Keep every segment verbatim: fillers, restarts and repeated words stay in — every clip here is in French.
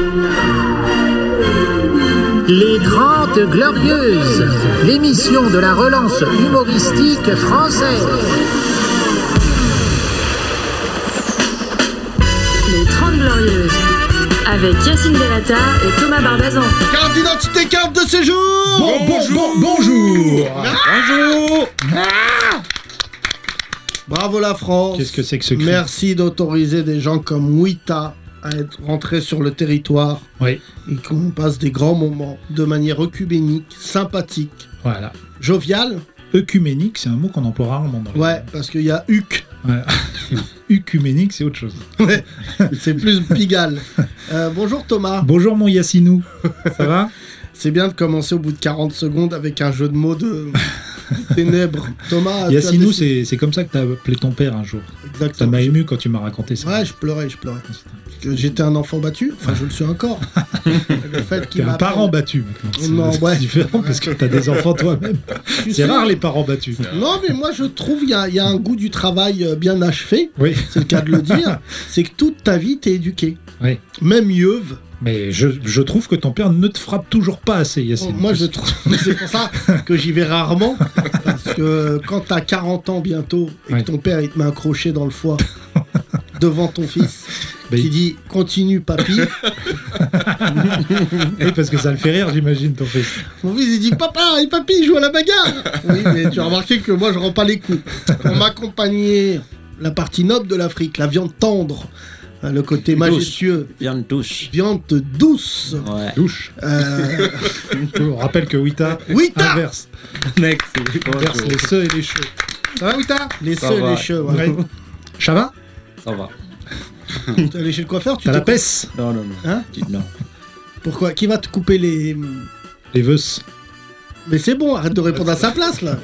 Les Grandes Glorieuses, l'émission de la relance humoristique française. Les Trente Glorieuses, avec Yacine Delata et Thomas Barbazan. Carte d'identité, carte de séjour. Bon, bonjour. Bon, bonjour. Ah bonjour. Ah Bravo la France. Qu'est-ce que c'est que ce cri? Merci d'autoriser des gens comme Wita à être rentrés sur le territoire. Oui. Et qu'on passe des grands moments de manière œcuménique, sympathique, Voilà. joviale. Œcuménique, c'est un mot qu'on emploie rarement dans le Ouais, parce qu'il y a huc. Ouais. Œcuménique, c'est autre chose. Ouais, c'est plus Pigalle. Euh, bonjour Thomas. Bonjour mon Yassinou. Ça va? C'est bien de commencer au bout de quarante secondes avec un jeu de mots de ténèbres. Thomas, tu as Yassinou, décidé- c'est, c'est comme ça que t'as appelé ton père un jour. Ça Exactement. m'a ému quand tu m'as raconté ça. Ouais, je pleurais, je pleurais. Que j'étais un enfant battu, enfin je le suis encore. Le fait T'es qu'il un m'appelle- parent battu maintenant. C'est, Non, c'est ouais. différent parce que t'as des enfants toi-même. Tu C'est sais- rare les parents battus. Non, mais moi je trouve il y, a- il y a un goût du travail euh, bien achevé, Oui. c'est le cas de le dire. C'est que toute ta vie t'es éduqué. Oui. Même Yeuve. Mais je, je trouve que ton père ne te frappe toujours pas assez, Yacine. Moi je trouve. C'est pour ça que j'y vais rarement. Parce que quand t'as quarante ans bientôt et Ouais. que ton père il te met un crochet dans le foie devant ton fils. Ben, Qui il- dit continue papy. Oui, parce que ça le fait rire, j'imagine, ton fils. Mon fils il dit papa et papy il joue à la bagarre. Oui mais tu as remarqué que moi je rends pas les coups. Pour m'accompagner la partie noble de l'Afrique, la viande tendre, hein, le côté majestueux, Viande douce. viande douce. Ouais. Douche. Euh... On rappelle que Wita Wita inverse. Mec, Inverse les ceux et les cheveux. Ça va, Wita? Les Ça seins et va. les cheveux. Ouais. Ouais. Ça va? Ça va. T'es allé chez le coiffeur, tu T'as la t'es- pesse? Non, non, non. Hein Dis non. Pourquoi? Qui va te couper les. Les veusses. Mais c'est bon, arrête de répondre à sa place là.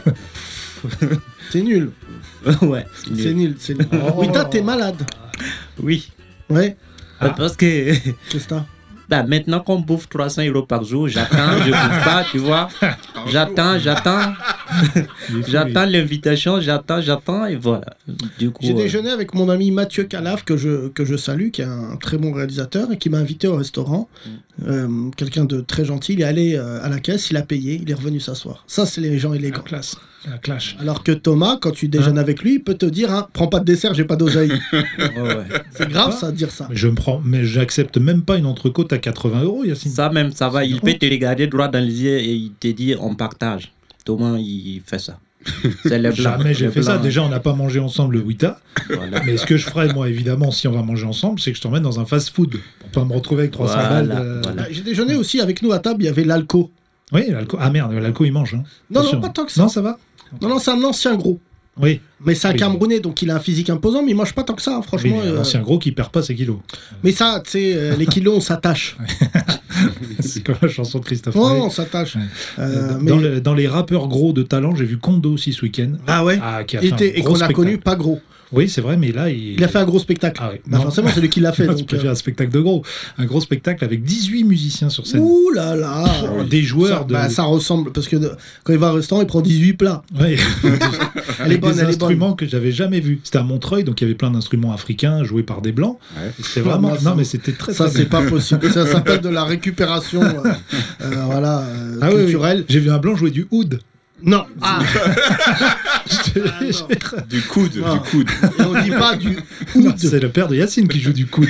C'est nul. Ouais. C'est nul. C'est nul. Oh. Wita, t'es malade. Oui. Ouais. Euh, Parce que Qu'est-ce que t'as? bah, maintenant qu'on bouffe trois cents euros par jour, j'attends, je bouffe pas, tu vois. J'attends, j'attends. Il est fou, J'attends l'invitation, j'attends, j'attends, et voilà. Du coup. J'ai euh, déjeuné avec mon ami Mathieu Calaf, que je, que je salue, qui est un très bon réalisateur, et qui m'a invité au restaurant. Euh, quelqu'un de très gentil. Il est allé euh, à la caisse, il a payé, il est revenu s'asseoir. Ça, c'est les gens La élégants. classe. La clash. Alors que Thomas, quand tu déjeunes Hein avec lui, il peut te dire hein, prends pas de dessert, j'ai pas d'oseille. ouais, ouais. C'est grave ça de dire ça. Mais je me prends, mais j'accepte même pas une entrecôte à quatre-vingts euros, Yacine. Ça même, ça va. Il C'est peut honte. te regarder droit dans les yeux et il te dit on partage. Thomas, il fait ça. C'est le blanc. Jamais j'ai Le fait ça. blanc. Déjà, on n'a pas mangé ensemble le Wita. Voilà. Mais ce que je ferais, moi, évidemment, si on va manger ensemble, c'est que je t'emmène dans un fast-food. Pour pas me retrouver avec trois cents Voilà, balles. de- voilà. Ah, J'ai déjeuné aussi avec nous à table, il y avait l'alco. Oui, l'alcool. Ah merde, l'alcool, il mange. Hein. Non, Attention. non, pas tant que ça. Non, ça va? Non, non, c'est un ancien gros. Oui. Mais c'est un Oui. Camerounais, donc il a un physique imposant, mais il mange pas tant que ça, hein, franchement. Oui, euh, c'est un gros qui perd pas ses kilos. Mais ça, tu sais, euh, les kilos, on s'attache. C'est comme la chanson de Christophe Non, Maé. on s'attache. Ouais. Euh, dans, mais- le- dans les rappeurs gros de talent, j'ai vu Kondo aussi ce week-end. Ah ouais Ah, qui a Il fait un était- Et gros qu'on a spectacle. connu pas gros. Oui, c'est vrai, mais là, il, Il a fait un gros spectacle. Ah ouais. Bah, Non. forcément, c'est lui qui l'a fait. Tu donc, peux euh, faire un spectacle de gros. Un gros spectacle avec dix-huit musiciens sur scène. Ouh là là Oh, des joueurs ça, de. bah, ça ressemble, parce que de- quand il va au restaurant, il prend dix-huit plats. Ouais. Elle est bonne, des elle est bonne. instruments que j'avais jamais vus. C'était à Montreuil, donc il y avait plein d'instruments africains joués par des blancs. Ouais. C'était vraiment. Ah, ça- non, mais c'était très Ça, très c'est bien. pas possible. Ça s'appelle de la récupération euh, euh, voilà, euh, Ah oui, oui. culturelle. J'ai vu un blanc jouer du oud. Non. Ah, Du coude, Ah. du coude. et on dit pas du Non, oud. c'est le père de Yacine qui joue du coude.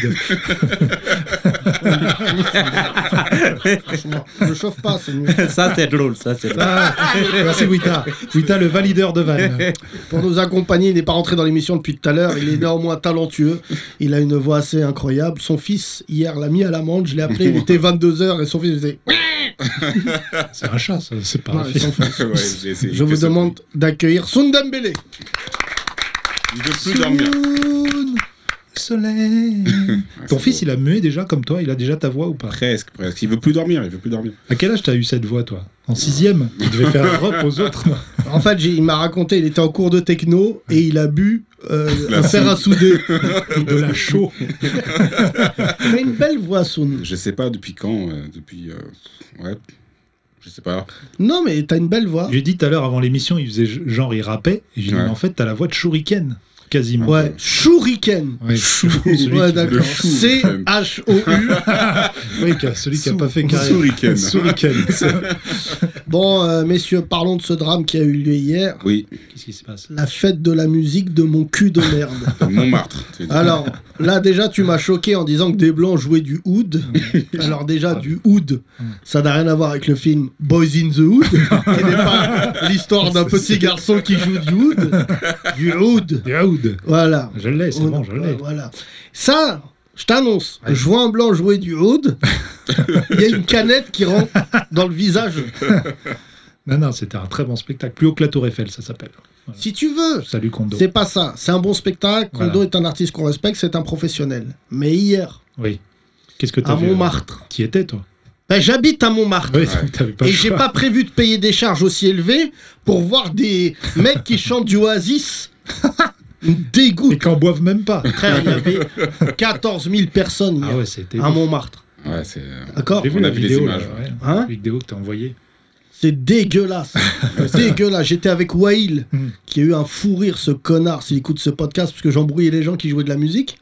Franchement, je chauffe pas, c'est mieux. Ça, c'est drôle. Ça, c'est drôle. Ah, merci Wita. Wita, le valideur de vannes. Pour nous accompagner, il n'est pas rentré dans l'émission depuis tout à l'heure. Il est néanmoins talentueux. Il a une voix assez incroyable. Son fils, hier, l'a mis à l'amende. Je l'ai appelé, il était vingt-deux heures et son fils faisait. C'est un chat, ça. C'est pas Ouais, un son fils. fils. Ouais, j'ai essayé. Je Il vous fait ça. demande d'accueillir Sundembele. Il veut plus dormir. Soun, soleil. Ah, Ton c'est fils, beau. il a mué déjà comme toi. Il a déjà ta voix ou pas? Presque, presque. Il veut plus dormir, il veut plus dormir. À quel âge t'as eu cette voix, toi? En sixième? Il devait faire un rep aux autres. non? En fait, j'ai- il m'a raconté, il était en cours de techno et il a bu euh, La un fer à souder. De la chaux. T'as une belle voix, Soun. Je sais pas depuis quand, euh, depuis... euh, ouais, je sais pas. Non, mais t'as une belle voix. J'ai dit tout à l'heure avant l'émission, il faisait genre, il rappait. Et j'ai dit, Ouais. mais en fait, t'as la voix de Shuriken. quasiment. Ouais, Shuriken. Ouais, chou, celui Ouais, qui- d'accord. le chou. C H O U. Oui, qui a- celui qui a Sou- pas fait carrière. Shuriken. Shuriken. C'est- Bon, euh, messieurs, parlons de ce drame qui a eu lieu hier. Oui, Qu'est-ce qui se passe? La fête de la musique de mon cul de merde. Montmartre. tu veux dire. Alors, là, déjà, tu m'as choqué en disant que des Blancs jouaient du oud. Alors, déjà, du oud, ça n'a rien à voir avec le film Boys in the Hood, qui n'est pas l'histoire d'un petit garçon qui joue du oud. Du oud. Du oud. Voilà. Je l'ai, c'est bon, je Ouais, l'ai. Voilà. Ça, je t'annonce, Ouais. je vois un blanc jouer du oud, il y a une canette qui rentre dans le visage. Non, non, c'était un très bon spectacle. Plus haut que la Tour Eiffel, ça s'appelle. Voilà. Si tu veux. Salut Kondo. C'est pas ça. C'est un bon spectacle. Kondo Voilà. est un artiste qu'on respecte, c'est un professionnel. Mais hier, Oui. Qu'est-ce que t'as à vu? Montmartre, Qui étais, toi? ben, j'habite à Montmartre. Oui, donc t'avais pas Et le j'ai choix. pas prévu de payer des charges aussi élevées pour voir des mecs qui chantent du Oasis. Me Et dégoûte. qu'en boivent même pas. Frère, il y avait quatorze mille personnes hier Ah ouais, c'était. à Montmartre. Ouais, c'est. D'accord? J'ai vu On la a vu les vidéo, images, là, ouais. Hein La vidéo que t'as envoyée. C'est dégueulasse. Dégueulasse. J'étais avec Wail, Mm. qui a eu un fou rire, ce connard, s'il écoute ce podcast, parce que j'embrouillais les gens qui jouaient de la musique.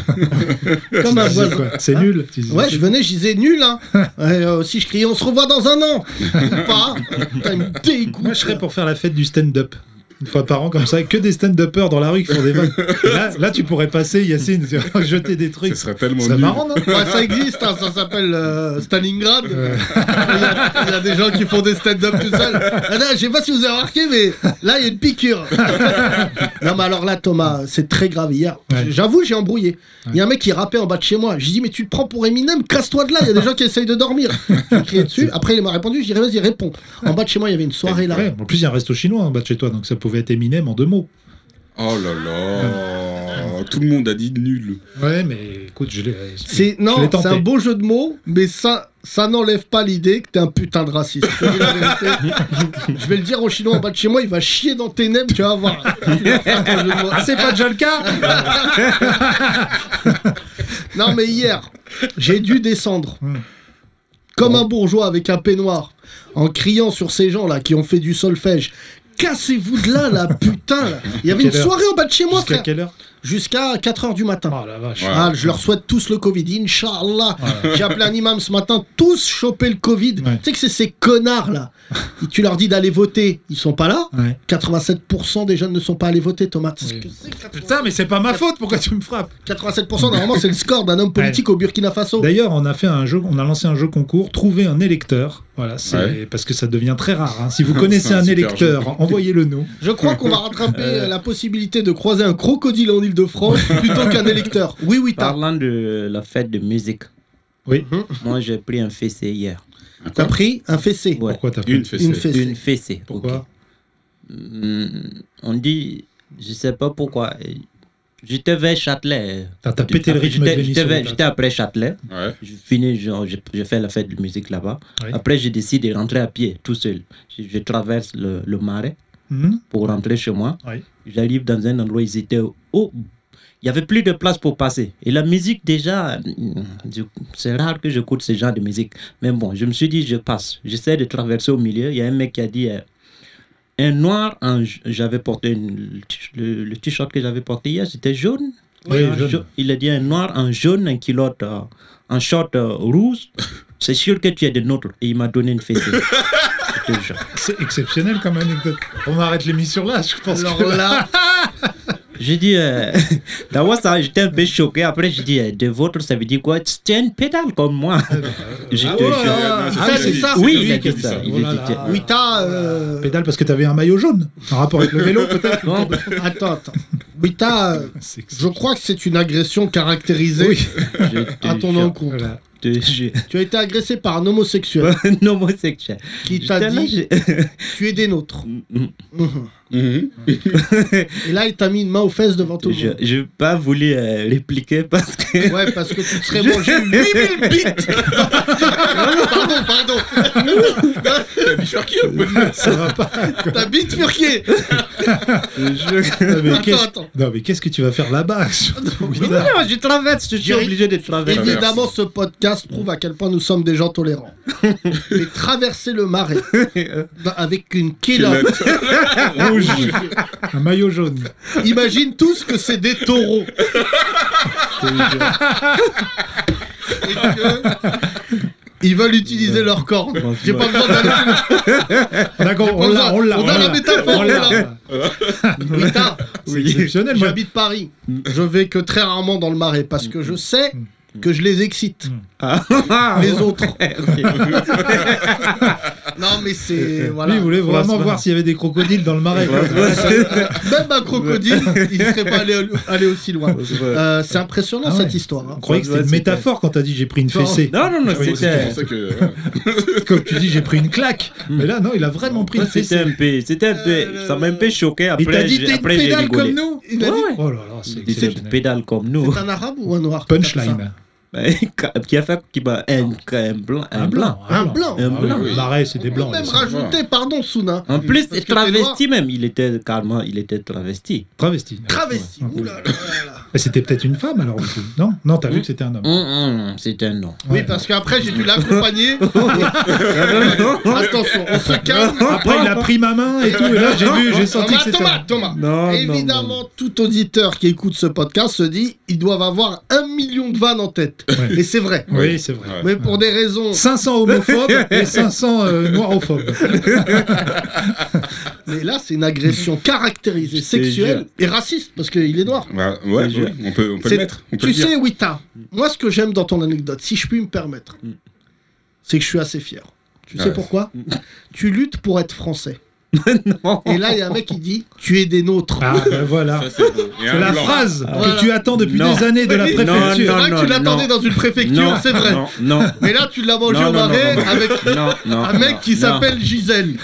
Comme un Tu disais voisin. quoi? C'est nul. tu disais- Ouais, je venais, je disais nul, hein. Ouais, euh, aussi, je criais, on se revoit dans un an. Ou pas. Putain, il me dégoûte. Moi, je serais pour faire la fête du stand-up. Une fois par an, comme ça, que des stand-uppers dans la rue qui font des vannes. Et Là, là, tu pourrais passer, Yacine, jeter des trucs. Ce serait tellement C'est nul. marrant, non? Ouais, ça existe, hein, ça s'appelle euh, Stalingrad. Il, y a, il y a des gens qui font des stand-up tout seuls. Ah non, je sais pas si vous avez remarqué, mais là, il y a une piqûre. Non, mais alors là, Thomas, c'est très grave. Hier, Ouais. j'avoue, j'ai embrouillé. Il y a un mec qui rappait en bas de chez moi. J'ai dit, mais tu te prends pour Eminem, casse-toi de là. Il y a des gens qui essayent de dormir. J'ai crié dessus. Après, il m'a répondu. Je dirais, vas-y, réponds. En bas de chez moi, il y avait une soirée là. Ouais, en plus, il y a un resto chinois en bas de chez toi, donc ça pouvait être Eminem en deux mots. Oh là là. Tout le monde a dit nul. Ouais, mais écoute, je l'ai. C'est je non, l'ai c'est tenté. un beau jeu de mots, mais ça, ça n'enlève pas l'idée que t'es un putain de raciste. Je te dis la vérité. Je vais le dire au chinois en bas de chez moi, il va chier dans tes nems, tu vas voir. Il va faire ton jeu de mots. Ah, c'est pas déjà le cas? Non, mais hier, j'ai dû descendre Hmm. comme Oh. un bourgeois avec un peignoir, en criant sur ces gens là qui ont fait du solfège. Cassez-vous de là, là, putain là. Il y avait une Quelle heure soirée en bas de chez moi, Jusqu'à frère. quelle heure? Jusqu'à quatre heures du matin. Oh la vache. Ouais. Ah, je leur souhaite tous le Covid, Inch'Allah. J'ai appelé un imam ce matin, tous choper le Covid. Ouais. Tu sais que c'est ces connards là. Tu leur dis d'aller voter, ils sont pas là. Ouais. quatre-vingt-sept pour cent des jeunes ne sont pas allés voter, Thomas. Tu sais ce Oui. que c'est, quatre-vingt-sept Putain, mais c'est pas ma faute, pourquoi tu me frappes? quatre-vingt-sept pour cent, normalement, c'est le score d'un homme politique au Burkina Faso. D'ailleurs, on a fait un jeu, on a lancé un jeu concours, trouver un électeur. Voilà, c'est Ouais. parce que ça devient très rare. hein. Si vous connaissez C'est un un, super électeur, jeu. envoyez-le nous. Je crois qu'on va rattraper euh, la possibilité de croiser un crocodile en Ile-de-France plutôt qu'un électeur. Oui, oui, t'as. Parlant de la fête de musique, Oui. moi j'ai pris un fessé hier. T'as pris un fessé. Ouais. Pourquoi t'as pris Une fessée. Une fessée. Une fessée. Pourquoi? ok. Hmm, on dit, je sais pas pourquoi. J'étais vers Châtelet. T'as t'as pété le Après, rythme de J'étais l'émission. j'étais vers- j'étais après Châtelet. Ouais. Je finis, genre, j'ai j'ai fait la fête de musique là-bas. Oui. Après, j'ai décidé de rentrer à pied, tout seul. Je, je traverse le, le marais Mhm. pour rentrer chez moi. Oui. J'arrive dans un endroit, ils étaient au... Il n'y avait plus de place pour passer. Et la musique, déjà, je- c'est rare que j'écoute ce genre de musique. Mais bon, je me suis dit, je passe. J'essaie de traverser au milieu. Il y a un mec qui a dit, euh, un noir, en... j'avais porté une- le, le t-shirt que j'avais porté hier, c'était jaune. Oui, Un jaune. ja- Il a dit un noir, un jaune, un culotte, euh, un short euh, rouge. C'est sûr que tu es de nôtres. Et il m'a donné une fessée. Je te jure. C'est exceptionnel comme anecdote. On arrête l'émission là, je pense. Alors que... là, J'ai dit, euh, d'abord ça, j'étais un peu choqué. Après, j'ai dit, euh, de votre, ça veut dire quoi? Tu as une pédale comme moi. Je Ah te ouais, jure. non, ah, ce c'est qu'il a ça. dit. Oui, C'est il a lui qui dit ça. Il Oh a là dit, là. oui, t'as. euh, Pédale parce que t'avais un maillot jaune. En rapport avec le vélo, peut-être. Non, Attends, attends. Oui, t'as. euh, C'est Je crois que c'est une agression caractérisée Oui. je te à ton jure, encontre. Voilà. te jure. Tu as été agressé par un homosexuel Un homosexuel. qui t'a J'étais là, dit j'ai- tu es des nôtres. Mm, Mhm. Mhm. Et là, il t'a mis une main aux fesses devant tout le Je monde. n'ai pas voulu euh, répliquer parce que. Ouais, parce que tu te serais mangé huit mille bites. Pardon, pardon. T'as bifurqué un peu. Ça va pas. T'as bifurqué. Non, mais Attends, qu'est-ce- attends. non, mais qu'est-ce que tu vas faire là-bas surtout, Mais Willard non, je traverse, je suis J'ai- obligé de traverser. Traverse. Évidemment, ce podcast prouve à quel point nous sommes des gens tolérants. Mais traverser le marais dans- avec une kélotte Rouge. rouge. Un maillot jaune. Imagine tous que c'est des taureaux. Et que ils veulent utiliser leur corps. J'ai pas besoin d'aller. D'accord, on l'a, on l'a. On a la métaphore, on on l'a. l'a. Wita, C'est exceptionnel, moi. j'habite Paris. Je vais que très rarement dans le Marais parce que je sais que je les excite. Les autres. Non, mais c'est. Voilà. Lui, il voulait vraiment Ouais, voir s'il y avait des crocodiles dans le marais. Même un crocodile, il ne serait pas allé, allé aussi loin. Euh, c'est impressionnant Ah ouais. cette histoire. hein. On croyait que c'était une métaphore quand t'as dit j'ai pris une Non. fessée. Non, non, non, Oui, c'était. C'est pour ça que. ouais. Comme tu dis, j'ai pris une claque. Mais là, non, il a vraiment pris une C'était fessée. un peu, c'était un peu, ça m'a un peu choqué. Il Après, t'a dit j'ai- t'es une après j'ai pédale rigolé. comme nous. Il a dit. Ouais. Oh là là, c'est Il dit, exceptionnel. pédale comme nous. C'est un arabe ou un noir qui tape ça Punchline. Qui a fait qui m'a un, un blanc, un blanc. Un blanc. Un Ah oui, blanc. oui. Marais, c'est des On peut blancs. même là, c'est- rajouter, pardon, Souna. En plus, Parce que t'es travesti même, il était carrément, il était travesti. Travesti. Travesti. Ouais. Ouh là là là là. Mais c'était peut-être une femme alors du coup. Non, non, t'as vu que c'était un homme. Hum, hum, c'est un nom. Oui, Ouais. parce qu'après, j'ai dû l'accompagner. Attention, on se calme. Après, il a pris ma main et tout, et là, j'ai vu, j'ai senti Non, que mais c'était. Thomas, un- Thomas. Non, Évidemment, tout auditeur qui écoute ce podcast se dit ils doivent avoir un million de vannes en tête. Ouais. Et c'est vrai. Oui, c'est vrai. Ouais. Mais pour des raisons. cinq cents homophobes et cinq cents euh, noirophobes. Mais là, c'est une agression caractérisée, Je te sexuelle jure. et raciste parce qu'il est noir. Bah, ouais, Je- oui, on peut, on peut C'est- le mettre. On peut Tu le dire. sais, Wita, moi, ce que j'aime dans ton anecdote, si je puis me permettre, Mm. c'est que je suis assez fier. Tu sais Ouais. pourquoi Tu luttes pour être français. Non. Et là, il y a un mec qui dit tu es des nôtres. Ah, ben voilà. Ça, c'est beau. Et C'est un la blanc. phrase Voilà. que tu attends depuis Non. des années de la Oui, préfecture. non, C'est non. vrai que tu l'attendais dans une préfecture, Non, c'est vrai. Non, non. Mais là, tu l'as mangé Non, au non, non, marais non, non. avec Non, non. un mec non, qui non. s'appelle Gisèle.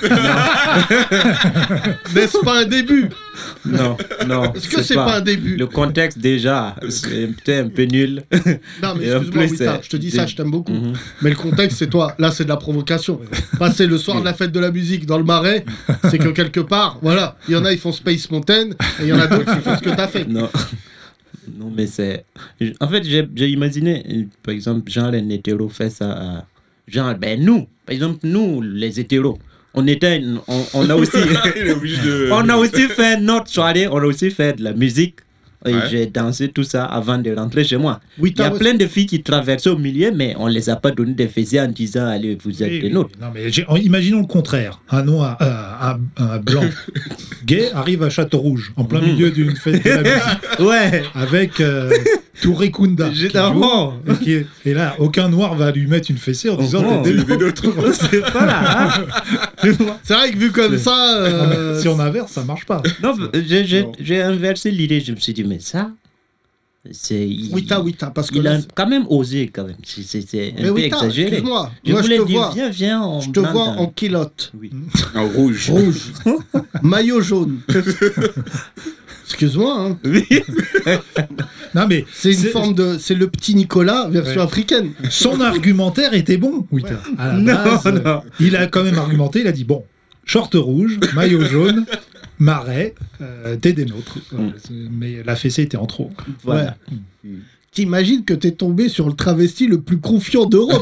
N'est-ce pas un début Non, non. Est-ce que c'est pas un début Le contexte déjà, c'est peut-être un peu nul. Non, mais Et en excuse-moi, plus, Wita, c'est- je te dis ça, des- je t'aime beaucoup. Mhm. Mais le contexte, c'est toi. Là, c'est de la provocation. Passer le soir de la fête de la musique dans le marais, c'est que quelque part, voilà, il y en a, ils font Space Mountain, et il y en a d'autres qui font ce que t'as fait. Non. Non, mais c'est. En fait, j'ai j'ai imaginé, euh, par exemple, genre un hétéro fait ça. à- Genre, ben nous, par exemple, nous, les hétéros, on était. On, on a aussi. Il est obligé de. On a aussi fait notre soirée, on a aussi fait de la musique. Et Ouais. j'ai dansé tout ça avant de rentrer chez moi. Oui, Il y a t'as- plein de filles qui traversaient au milieu, mais on les a pas donné des fessiers en disant allez, vous êtes Oui, des oui. nôtres. Non, mais j'ai- imaginons le contraire. Un noir, euh, un, un blanc gay arrive à Château-Rouge, en plein Mhm. milieu d'une fête de la musique, Ouais, avec euh, Touré Kunda. qui généralement. joue, et, qui est- et là, aucun noir va lui mettre une fessée en disant Oh, t'es des Des nôtres. nôtres. C'est pas là. Hein. C'est vrai que vu comme C'est- ça. euh, Si on inverse, ça marche pas. Non, j'ai- j'ai Non. j'ai inversé l'idée. Je me suis dit, mais ça, c'est. il- Wita, Wita, parce que Il là, a quand même osé, quand même. C'est c'est- c'est un mais peu Wita, exagéré. excuse-moi, Je moi je voulais te dire, vois, viens, viens, on je te blinde vois un- en kilote, Oui. En rouge. rouge, maillot jaune. Excuse-moi, hein. Oui. Non, mais C'est une forme de, c'est le petit Nicolas version Ouais. africaine. son argumentaire était bon. Oui, à la Non, base, euh, non. il a quand même argumenté. Il a dit bon, short rouge, maillot jaune, marais, euh, t'es des nôtres. Voilà, c'est- mais la fessée était en trop. Voilà. T'imagines que t'es tombé sur le travesti le plus confiant d'Europe.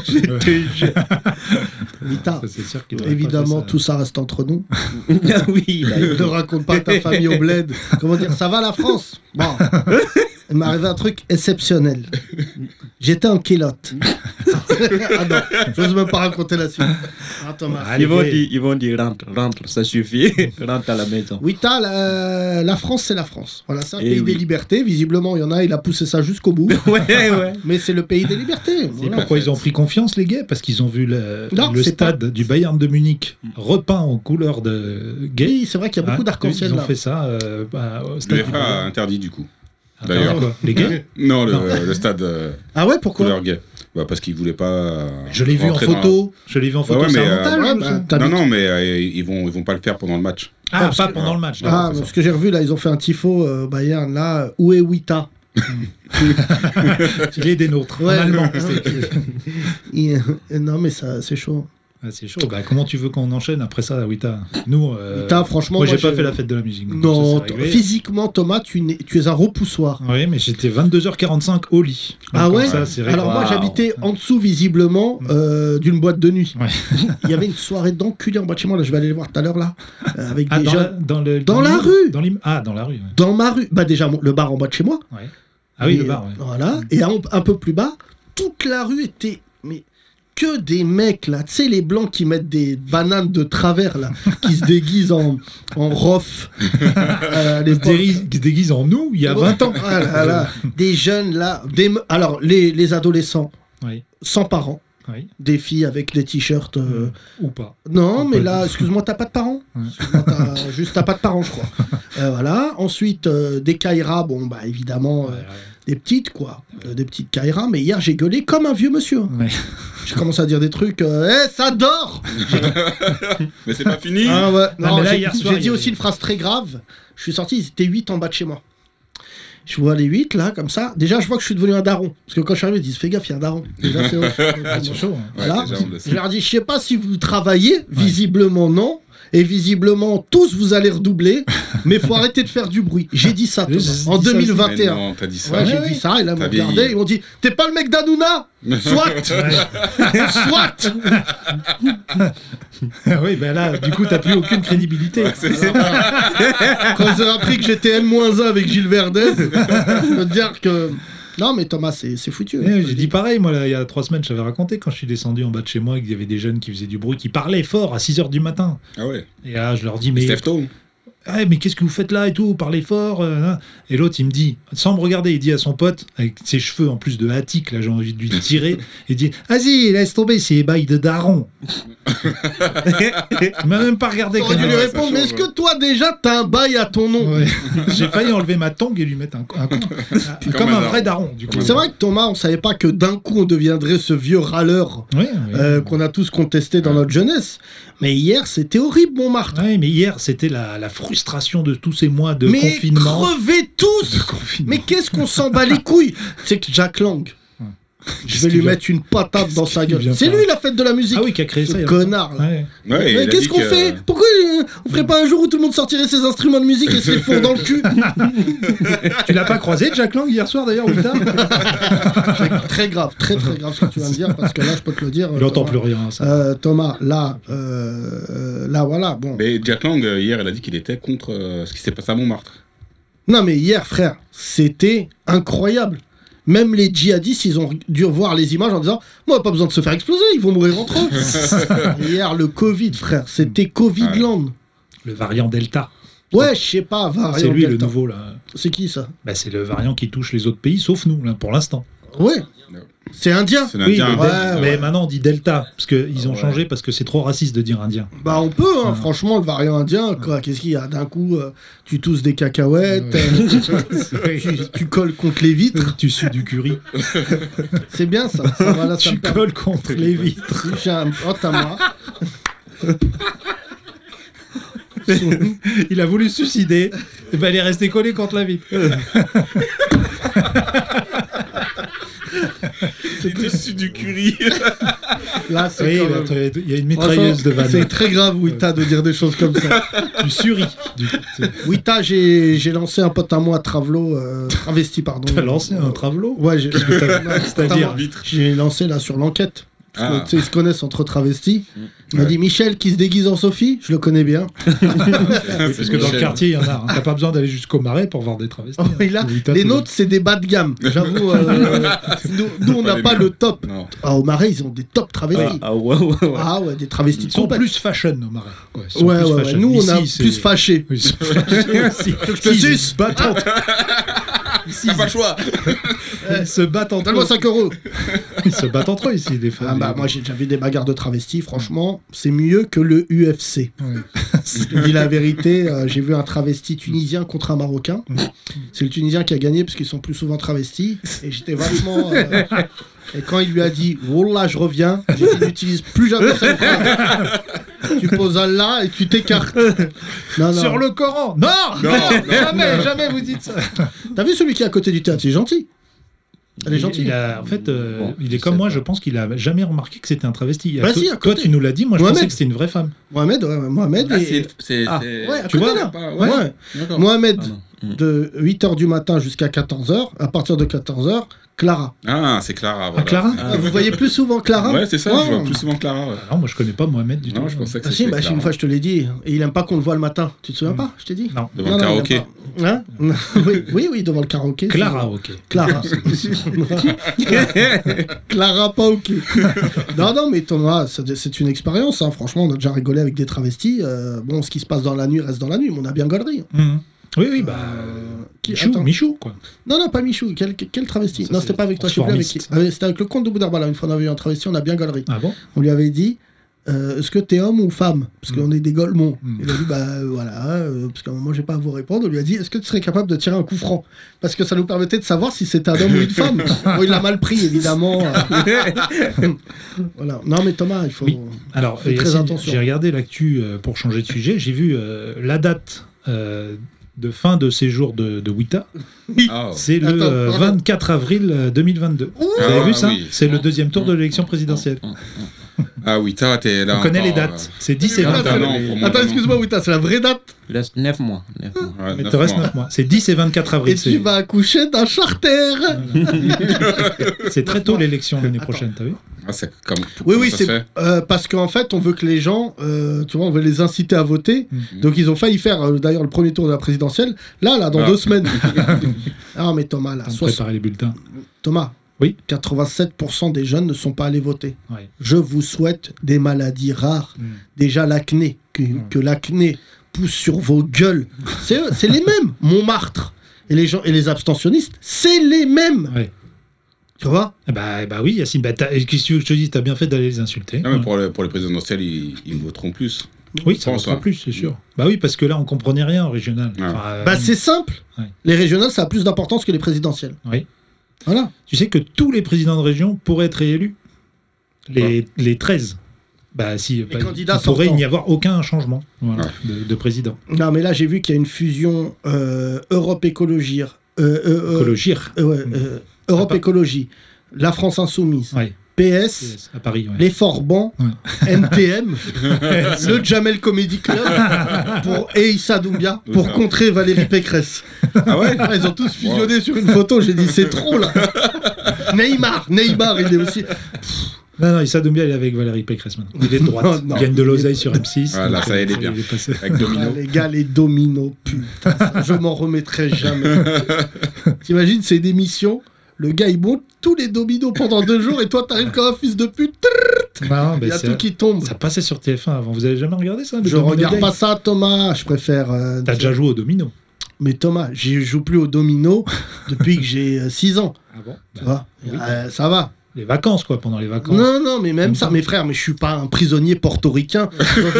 Wita, Ça, c'est sûr qu'il aurait pas évidemment, fait ça. tout ça reste entre nous. oui, il a- Ne raconte pas à ta famille au bled. Comment dire, ça va la France? Bon. Il m'est arrivé un truc exceptionnel. J'étais en kilote. Ah non, j'ose même pas raconter la suite. Ah, Thomas. Allez, Ils vont allez. dire, ils vont dire rentre, rentre, ça suffit, rentre à la maison. Wita, la, la France, c'est la France. Voilà, c'est un Eh pays oui. des libertés. Visiblement, il y en a, il a poussé ça jusqu'au bout. Ouais, ouais. Mais c'est le pays des libertés. Et Voilà. pourquoi ils ont pris confiance, les gays? Parce qu'ils ont vu le, Non, le c'est stade du Bayern de Munich repeint en couleur de gay. Oui, c'est vrai qu'il y a beaucoup Hein, d'arc-en-ciel Ils ont là. fait ça euh, bah, au stade. L'UEFA a interdit du coup. Ah, d'ailleurs. quoi, les gays. Non, le, Non. le stade euh, Ah ouais, pourquoi? couleur gay. Bah, parce qu'ils voulaient pas. euh, Je l'ai vu en rentrer dans- photo. Je l'ai vu en photo. ouais, c'est mais, un euh, montage ouais, ou bah, ça t'as- Non, non, mais euh, ils vont, ils vont pas le faire pendant le match. Ah, parce pas que- pendant le match. Ah, d'accord, parce c'est que j'ai revu là, ils ont fait un tifo euh, Bayern là. Où est Wita? ça. Il est des nôtres. Ouais. En allemand. c'est écrit. Il- euh, Non, mais ça, c'est chaud. Ah, c'est chaud. Bah, comment tu veux qu'on enchaîne après ça, Wita? Nous, euh... Wita, franchement, moi, moi, j'ai pas je- fait la fête de la musique. donc Non, ça, c'est réglé. physiquement, Thomas, tu, n'es- tu es un repoussoir. Oui, mais j'étais vingt-deux heures quarante-cinq au lit. Donc, Ah comme ouais ça, c'est réglé. Alors moi Wow. j'habitais en dessous visiblement euh, d'une boîte de nuit. Ouais. Il y avait une soirée d'enculés en bas de chez moi, là je vais aller les voir tout à l'heure là, euh, avec Ah, des dans, gens la, dans, le, Dans la l'immeuble rue. dans l'immeuble. Ah, dans la rue. Ouais. dans ma rue. Bah déjà mon- le bar en bas de chez moi. Ouais. Ah oui, Et, le bar. Ouais. Voilà. Et un, un peu plus bas, toute la rue était mais que des mecs là, tu sais les blancs qui mettent des bananes de travers là, qui se déguisent en en rof. Euh, à Ils se l'époque. déguisent- ils se déguisent en nous il y a vingt ans. Ah là là, des jeunes là, des me- alors les, les adolescents Oui. sans parents, Oui. des filles avec des t-shirts. euh, Ou pas. Non, Ou mais pas là, du- excuse-moi, t'as pas de parents Ouais. Excuse-moi, t'as- Juste, t'as pas de parents, je crois. Euh, voilà. Ensuite, euh, des Kaira, bon, bah évidemment, euh, Ouais, ouais. des petites, quoi. Euh, des petites Kaira, mais hier, j'ai gueulé comme un vieux monsieur. Ouais. J'ai commencé à dire des trucs, euh, Eh, ça dort Mais c'est pas fini. Ah ouais. Non, Non, mais là, j'ai hier j'ai soir, il y dit avait- aussi une phrase très grave. Je suis sorti, ils étaient huit en bas de chez moi. Je vois les huit là, comme ça. Déjà, je vois que je suis devenu un daron. Parce que quand je suis arrivé, ils disent Fais gaffe, il y a un daron. Déjà, c'est Ah, c'est chaud. hein. Ouais, voilà. déjà, on le sait. Je leur dis Je sais pas si vous travaillez, visiblement non. Et visiblement, tous vous allez redoubler, mais faut arrêter de faire du bruit. J'ai dit ça, Thomas, J'ai dit en ça deux mille vingt et un. Mais non, t'as dit ça. Ouais, j'ai Ouais, dit ouais. ça, et là, ils m'ont T'as regardé, vieilli. ils m'ont dit T'es pas le mec d'Hanouna Soit Soit oui, ben là, du coup, t'as plus aucune crédibilité. C'est ça. Quand ils ont appris que j'étais N moins un avec Gilles Verdez, je peux te dire que. Non, mais Thomas, c'est c'est foutu. Eh, J'ai dit pareil, moi, là, il y a trois semaines, je t'avais raconté quand je suis descendu en bas de chez moi, qu'il y avait des jeunes qui faisaient du bruit, qui parlaient fort à six heures du matin. Ah ouais. Et là, je leur dis, mais, Steph Toe. ah, mais qu'est-ce que vous faites là et tout, parlez fort. euh, hein. Et l'autre, il me dit, sans me regarder, il dit à son pote, avec ses cheveux en plus de hâtique, là, j'ai envie de lui tirer, il dit, vas-y, laisse tomber, c'est bail de daron. Il m'a même pas regardé. J'aurais comme dû un- lui ça répondre, mais change, est-ce que toi, déjà, t'as un bail à ton nom Ouais. J'ai failli enlever ma tongue et lui mettre un, un coup. Comme, un un vrai daron. daron, du coup. C'est vrai que Thomas, on savait pas que d'un coup, on deviendrait ce vieux râleur Oui, oui. euh, qu'on a tous contesté dans notre jeunesse. Mais hier, c'était horrible, Montmartre. Ouais, mais hier, c'était la, la frustration de tous ces mois de mais confinement. crevez tous Confinement. Mais qu'est-ce qu'on s'en bat les couilles C'est que Jack Lang, je Qu'est-ce vais lui qu'il vient- mettre une patate dans sa qu'il gueule. vient C'est faire lui la fête de la musique. Ah oui, qui a créé Ce ça. il y a connard, longtemps. là. Ouais. Ouais, il Mais a qu'est-ce dit qu'on que- fait Pourquoi euh, on ferait pas un jour où tout le monde sortirait ses instruments de musique et se les fourre dans le cul Tu l'as pas croisé, Jack Lang, hier soir d'ailleurs, Wita? C'est très grave, très très grave ce que tu viens de dire, parce que là, je peux te le dire. Il euh, entend Thomas. plus rien. Ça. Euh, Thomas, là, euh, euh, là, voilà, bon. Mais Jack Lang, euh, hier, il a dit qu'il était contre euh, ce qui s'est passé à Montmartre. Non, mais hier, frère, c'était incroyable. Même les djihadistes, ils ont dû voir les images en disant Moi, pas besoin de se faire exploser, ils vont mourir entre eux. Hier, le Covid, frère, c'était Covid-land. Le variant Delta. Ouais, je sais pas, variant C'est lui le Delta. nouveau là. C'est qui ça Bah, c'est le variant qui touche les autres pays, sauf nous, là, pour l'instant. Ouais, c'est indien. C'est Oui, l'Indien. mais, Ouais, Del- ouais. mais maintenant on dit Delta, parce qu'ils ont Ouais. changé parce que c'est trop raciste de dire indien. Bah, on peut, hein, Ouais. franchement, le variant indien, quoi, qu'est-ce qu'il y a D'un coup, euh, tu tousses des cacahuètes, euh, tu, tu colles contre les vitres. Tu sues du curry. C'est bien ça. ça va, là, ça Tu me permet- colles contre les vitres. J'ai un- Oh, t'as marre. Il a voulu se suicider. Et ben, il est resté collé contre la vitre. C'est dessus du curry. Là, c'est Oui, quand là, même- t'as- il y a une mitrailleuse de Franchement, C'est vanne. très grave, Wita, de dire des choses comme ça. Tu suris. Du... Wita, j'ai j'ai lancé un pote à moi, Travelo, euh, travesti, pardon. T'as lancé un travelo. Ouais, j'ai- C'est-à-dire j'ai lancé là sur l'enquête. Parce que, Ah. tu sais, ils se connaissent entre travestis. Il m'a Ouais. dit Michel qui se déguise en Sophie, je le connais bien. Parce que dans le quartier, il y en a. Hein. T'as pas besoin d'aller jusqu'au marais pour voir des travestis. Oh, hein. et là, Oui, t'as les tout. nôtres, c'est des bas de gamme. J'avoue, euh, nous, nous, on Pas n'a les pas mêmes. le top. Non. Ah, au marais, ils ont des top travestis. Ah, ah ouais, ouais, ouais. Ah ouais, des travestis Ils de sont compète. plus fashion au marais. Ouais, ils sont Ouais, plus ouais, ouais. fashion. Nous, on a Ici, c'est- plus fâché. Oui, ils sont fâchés aussi. Je te Ils suce. se battent entre- Ici, T'as pas le choix. ils se battent entre Donne-moi eux. cinq euros. Ils se battent entre eux ici, des femmes. Ah bah, moi, j'ai déjà vu des bagarres de travestis. Franchement, c'est mieux que le U F C. Ouais. Je te dis la vérité, euh, j'ai vu un travesti tunisien contre un Marocain. C'est le Tunisien qui a gagné parce qu'ils sont plus souvent travestis. Et j'étais vachement... euh, Et quand il lui a dit « Wallah, je reviens », j'ai dit « N'utilise plus jamais cette phrase. Tu poses Allah et tu t'écartes. » Non, non. Sur le Coran. Non, Non, non, jamais, jamais vous dites ça. T'as vu celui qui est à côté du théâtre, c'est gentil. Elle est gentille. Il a, en fait, euh, Bon, il est je comme sais moi, pas. je pense qu'il a jamais remarqué que c'était un travesti. Bah To- si, à toi, côté. tu nous l'as dit, moi je Mohamed. pensais que c'était une vraie femme. Mohamed, ouais, Mohamed Ah, et... c'est. c'est- Ah, c'est- Ouais, à Tu côté, vois là. pas- Ouais. ouais. D'accord. Mohamed, Ah, non. de huit heures du matin jusqu'à quatorze heures. À partir de quatorze heures, Clara. Ah, c'est Clara. Voilà. Clara Ah, Ah, vous voyez plus souvent Clara Ouais, c'est ça, Ouais. je vois plus souvent Clara. Ouais. Non, moi je connais pas Mohamed du tout. Non, je pensais que Ah si, c'était bah, Clara. une fois je te l'ai dit. Et il aime pas qu'on le voit le matin. Tu te souviens Mm. pas Je t'ai dit Non. Devant Non, le non, il karaoké. aime pas. Hein oui, oui, oui, devant le karaoké. Clara, ok. Clara. Clara, pas ok. Non, non, mais Thomas, c'est c'est une expérience. Hein. Franchement, on a déjà rigolé avec des travestis. Euh, bon, ce qui se passe dans la nuit reste dans la nuit, mais on a bien gaulerie. Mhm. Oui, oui, bah. Euh, qui- Michou, attends. Michou, quoi. Non, non, pas Michou. Quel, quel travesti Ça, Non, c'est c'était pas avec toi. Je sais plus avec qui. transformiste. Ah, c'était avec le comte de Boudarbala. Une fois, on avait eu un travesti, on a bien gaulerie. Ah bon On lui avait dit euh, est-ce que t'es homme ou femme Parce qu'on est des golemons. Mm. Il a dit bah euh, voilà, euh, parce qu'à un moment j'ai pas à vous répondre. On lui a dit est-ce que tu serais capable de tirer un coup franc Parce que ça nous permettait de savoir si c'était un homme ou une femme. Bon, il l'a mal pris évidemment. euh. Voilà. Non mais Thomas, il faut. Oui. Alors, Fais très Yacine, attention. j'ai regardé l'actu euh, pour changer de sujet. J'ai vu euh, la date euh, de fin de séjour de, de Wita. Ah, C'est le Attends, euh, pardon. vingt-quatre avril euh, deux mille vingt-deux. Vous Ah, avez vu ah, ça oui. C'est le deuxième tour de l'élection présidentielle. ah oui, t'as, t'es là. On connaît les encore, dates. C'est dix et Ah, vingt c'est- Ah, avril. non, pour moi, Attends, non. excuse-moi, Wita, c'est la vraie date. Il reste neuf mois. neuf mois. Ouais, Il neuf te reste mois. neuf mois. C'est dix et vingt-quatre avril. Et c'est- tu vas accoucher d'un charter. C'est très tôt l'élection l'année prochaine, t'as vu Ah, c'est comme. Oui, comment oui, ça se c'est fait euh, parce qu'en fait, on veut que les gens, euh, tu vois, on veut les inciter à voter. Mm. Donc, ils ont failli faire euh, d'ailleurs le premier tour de la présidentielle. Là, là, dans Ah. deux semaines. Ah, mais Thomas, là, Temps de soix- préparer les bulletins. Thomas. Oui. quatre-vingt-sept pour cent des jeunes ne sont pas allés voter. Ouais. Je vous souhaite des maladies rares. Mm. Déjà l'acné, que, Mm. que l'acné pousse sur vos gueules. C'est eux, c'est les mêmes. Montmartre et les gens et les abstentionnistes, c'est les mêmes. Ouais. Tu vois Eh bah, eh bah oui, Yacine, bah, t'as- qu'est-ce que tu veux que je te dise T'as bien fait d'aller les insulter. Ah, mais pour, le- pour les présidentielles, ils, ils voteront plus. Oui, je ça pense, va hein. plus, c'est sûr. Bah oui, parce que là, on comprenait rien au régional. Ouais. Enfin, euh, Bah c'est simple. Ouais. Les régionales, ça a plus d'importance que les présidentielles. Oui. Voilà. Tu sais que tous les présidents de région pourraient être réélus les, les treize. Bah si, bah, candidats il pourrait sortants. n'y avoir aucun changement voilà, Ouais. de, de président. Non, mais là, j'ai vu qu'il y a une fusion euh, Europe Écologie. Euh, euh, euh, Écologir. euh, ouais, euh, Europe Ah, pas- Écologie. La France Insoumise. Ouais. P S. À Paris, ouais. Les Forbans. Ouais. N T M. le Jamel Comedy Club. pour et Issa Doumbia. Pour ça. contrer Valérie Pécresse. Ah ouais Ah, ils ont tous fusionné sur une photo. J'ai dit, c'est trop là. Neymar. Neymar, il est aussi. Non, non, Issa Doumbia, il est avec Valérie Pécresse maintenant. Il est de droite. Non, non. Il gagne de l'oseille sur M six. Voilà, donc, ça y est, il est euh, bien. est passé. Avec Domino. Ah, les gars, les dominos, putain, ça, je m'en remettrai jamais. T'imagines, c'est une émission, le gars il monte tous les dominos pendant deux jours et toi t'arrives comme un fils de pute, Non, il mais y a c'est- tout qui tombe. ça passait sur T F un avant. Vous avez jamais regardé ça le Je Domino regarde Day pas ça, Thomas, je préfère. euh, T'as déjà joué au domino. Mais Thomas, je joue plus au domino depuis que j'ai six ans. Ah bon Tu vois Euh, ça va. Les vacances, quoi, pendant les vacances. Non, non, mais même Comme ça, ça. mes frères, mais je suis pas un prisonnier portoricain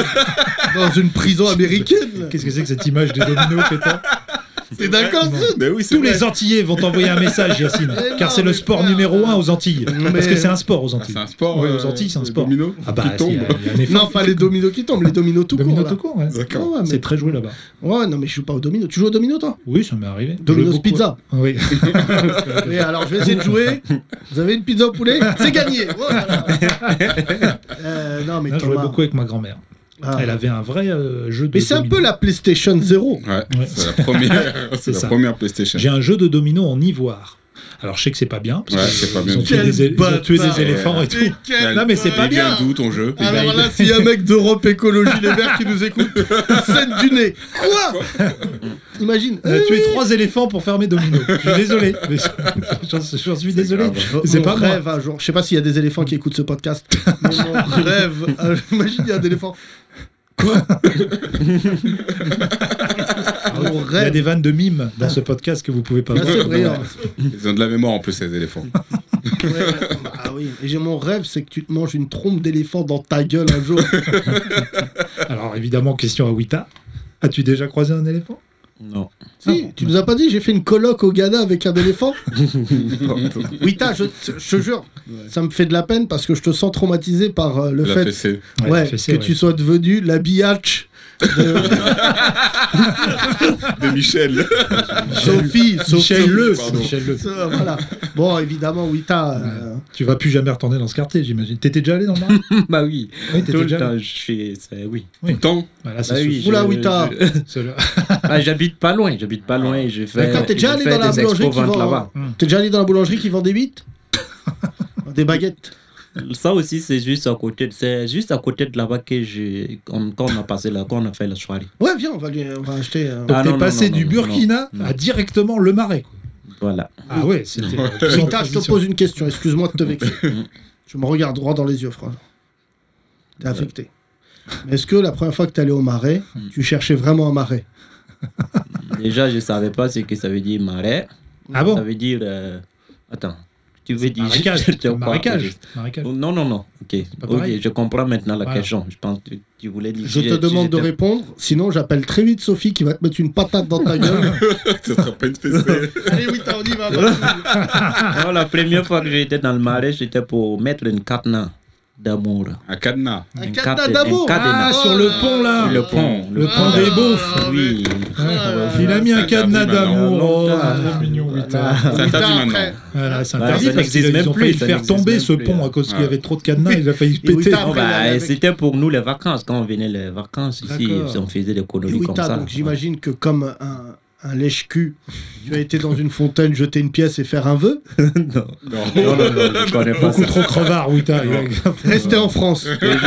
dans, dans une prison américaine. Qu'est-ce que c'est que cette image des dominos que t'as C'est d'accord, Sud. Mais oui, c'est Tous vrai. les Antillais vont t'envoyer un message, Yacine, Mais car non, c'est le mais sport frère, numéro un euh, aux Antilles. mais- Parce que c'est un sport aux Ah, Antilles. c'est un sport. Oui, euh, aux Antilles, c'est un les sport. dominos Ah bah, qui si, il y a- tombent. il y a un effort. Non, pas les dominos qui tombent, les dominos tout court. Domino là. tout court, ouais. D'accord. Ouais, mais- C'est très joué là-bas. Ouais, non, mais je joue pas au domino. Tu joues au domino, toi Oui, ça m'est arrivé. Domino's Je jouais beaucoup. Pizza. Oui. Oui, alors je vais essayer de jouer. Vous avez une pizza au poulet C'est gagné. Voilà. Euh, non, mais Là, je jouais Thomas. beaucoup avec ma grand-mère. Ah. Elle avait un vrai euh, jeu de Mais c'est un domino. peu la PlayStation zéro. Ouais, Ouais. c'est la première, c'est C'est la ça. première PlayStation. J'ai un jeu de domino en ivoire. Alors je sais que c'est pas bien. parce Ouais, que c'est pas ils bien ont du tué tout. des, é- ils ont tué Quel des éléphants et tout. Mais Non, mais c'est pas Il vient bien. d'où ton jeu Alors là, s'il y a un mec d'Europe Écologie Les Verts qui nous écoute, scène du nez. Quoi Imagine. On a tué trois éléphants pour faire mes dominos. Je suis désolé. mais J'en j'en suis désolé. grave. C'est Mon pas moi. rêve un jour. Je sais pas s'il y a des éléphants qui écoutent ce podcast. Mais mon rêve. euh, imagine, il y a un éléphant. Quoi Mon Il y a rêve. des vannes de mimes dans ce podcast que vous pouvez pas Ah, voir. c'est brillant. Ils ont de la mémoire en plus, ces éléphants. Ouais, ouais. Ah oui. Et j'ai mon rêve, c'est que tu te manges une trompe d'éléphant dans ta gueule un jour. Alors évidemment, question à Wita. As-tu déjà croisé un éléphant? Non. Si, tu nous as pas dit, j'ai fait une coloc au Ghana avec un éléphant. Oui, t'as, je, te- je te jure, ça me fait de la peine parce que je te sens traumatisé par euh, le La fait fessée. ouais, la fessée, que ouais. tu sois devenu la biatch De Michel. Sophie, Sophie. Michel Le. Pardon. Michel Le. Ça, voilà. Bon, évidemment, Wita. euh, Tu vas plus jamais retourner dans ce quartier, j'imagine. T'étais déjà allé dans le Marais? Bah oui, Oui, t'étais tout le déjà temps, allé. je suis... c'est- Oui. Tout le temps. Voilà, c'est Bah oui, Sophie. Oula, je- Wita. je- C'est le- Ah, j'habite pas loin, j'habite pas loin. Je fais, D'accord, t'es déjà je allé fais dans la des boulangerie qui expos-ventes vend. là-bas. T'es déjà allé dans la boulangerie qui vend des bites? Des baguettes. Ça aussi, c'est juste à côté, de- c'est juste à côté de là-bas que je, on- quand on a passé là, quand on a fait la soirée. Ouais, viens, on va, lui, on va acheter. euh, Donc Ah, t'es non, non, passé non, du non, Burkina non. à directement le Marais. Quoi. Voilà. Ah ouais, c'était. Wita, je te pose une question, excuse-moi de te vexer. Je me regarde droit dans les yeux, frère. T'es affecté. Mais est-ce que la première fois que t'es allé au Marais, tu cherchais vraiment un marais? Déjà, je savais pas ce que ça veut dire marais. Ah bon? Ça veut dire. euh, Attends. Tu veux dire. Marécage. je te crois. Marécage. Marécage. Oh, Non, non, non. Ok. pas Ok, pareil. je comprends maintenant la Voilà. question. Je pense que tu voulais dire. Je si te si demande de j'étais- répondre, sinon j'appelle très vite Sophie qui va te mettre une patate dans ta gueule. Ça sera pas une fessée. Allez, Wita, on y va. va. Non, la première fois que j'étais dans le marais, c'était pour mettre une cadenas d'amour. Un cadenas. Un Une cadenas carte- d'amour. un cadenas. Ah, sur le pont là. Le pont. Le pont Ah, des beaufs. ah, Oui. Ah, Il a mis un c'est cadenas interdit maintenant. d'amour. Oh, Longtemps. trop mignon, Wita. C'est interdit Wita, maintenant. après. Voilà, c'est Ouais, interdit ça parce n'existe qu'ils même ont plus, failli ça faire n'existe tomber même ce plus, pont hein. à cause qu'il y Ah. avait trop de cadenas, il a failli se Et Wita, péter. après, Oh, bah, avec- c'était pour nous les vacances. Quand on venait les vacances ici, D'accord. on faisait des Et conneries comme Wita, ça. donc j'imagine que comme un, un lèche-cul, tu as été dans une fontaine, jeter une pièce et faire un vœu. non. Non. non, non, non, je connais pas Beaucoup ça. trop crevard, Wita. Il a- Restez en France.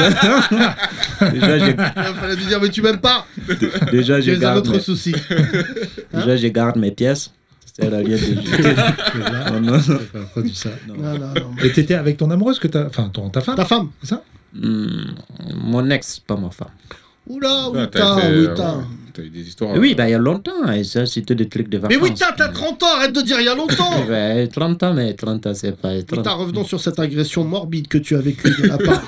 Déjà, j'ai, Il fallait lui dire, mais tu m'aimes pas. déjà, Tu je es un garde autre mes, souci. déjà, je garde mes pièces. Ça sert à rien de jeter. Non, non, non. J'ai pas dit ça. Non, non, non. Et t'étais avec ton amoureuse, que t'as... enfin ton, ta femme, Ta femme. c'est ça? Hmm, mon ex, pas ma femme. Oula, Ouais, Wita, t'as été, euh, Wita. ouais, t'as eu des histoires. Oui, euh, bah, il y a longtemps. Et ça, c'était des trucs de vacances. Mais Wita, t'as trente ans, arrête de dire il y a longtemps. Ouais, trente ans, mais trente ans, c'est pas. trente Wita, revenons sur cette agression morbide que tu as vécue de la part.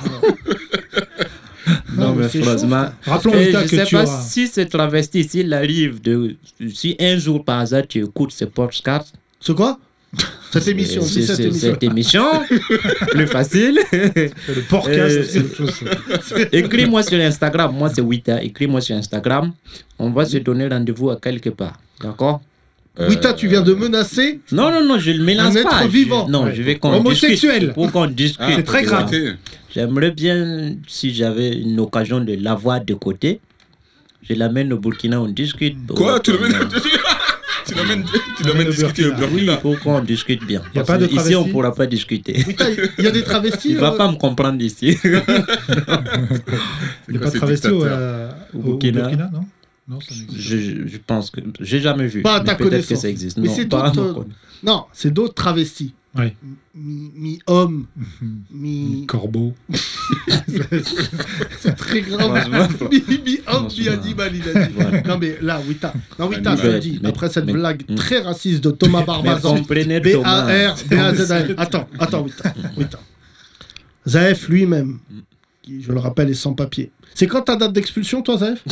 Non, mais c'est chaud, franchement. frère. Rappelons, Et Wita, je que sais tu pas auras... si c'est travesti, s'il arrive de. Si un jour par hasard tu écoutes ce podcast. C'est quoi? Cette émission, c'est- dis cette c'est- émission. Cette émission, plus facile. Le podcast, Euh, c'est autre chose. ça. Écris-moi sur Instagram. Moi, c'est Wita. Écris-moi sur Instagram. On va se donner rendez-vous à quelque part. D'accord? euh, Wita, tu viens de menacer. Non, non, non, je le mélange Un pas. être Je- vivant. Non, Ouais. je vais qu'on Homosexuel. discute. Pour qu'on discute. Ah, c'est très grave. ok. J'aimerais bien, si j'avais une occasion de l'avoir de côté, je l'amène au Burkina, on discute. Quoi? Oh, Tu l'amènes non. Tu l'amènes tu l'amènes au discuter au Burkina. Oui, Burkina. pour qu'on discute bien. Y a Parce pas de que ici, on travesti ne pourra pas discuter. Wita, il y a des travestis. Il ne va euh, pas me comprendre ici. Il n'y a quoi pas de ces travesti au, dictateurs euh, Au au Burkina. Burkina, non? Non, ça n'existe je, je pense que. J'ai jamais vu. Pas à mais ta peut-être que connaissance. ça existe. Mais non, c'est pas à d'autres, ma euh, connaissance. Non, c'est d'autres travestis. Oui. Mi- Mi-homme, pas. mi. Corbeau. C'est très grave. Franchement, Mi- Mi-homme, Franchement. mi-animal, il a dit. Voilà. Non, mais là, Wita. Non, Wita, je Mais- le dis. mais- Après cette mais- blague Mm. très raciste de Thomas Mais Barbazan. comprenez B Thomas. A R B A Z A N. Attends, attends, Wita. Wita. Zaef lui-même, qui, je le rappelle, est sans papier. C'est quand ta date d'expulsion, toi, Zaef?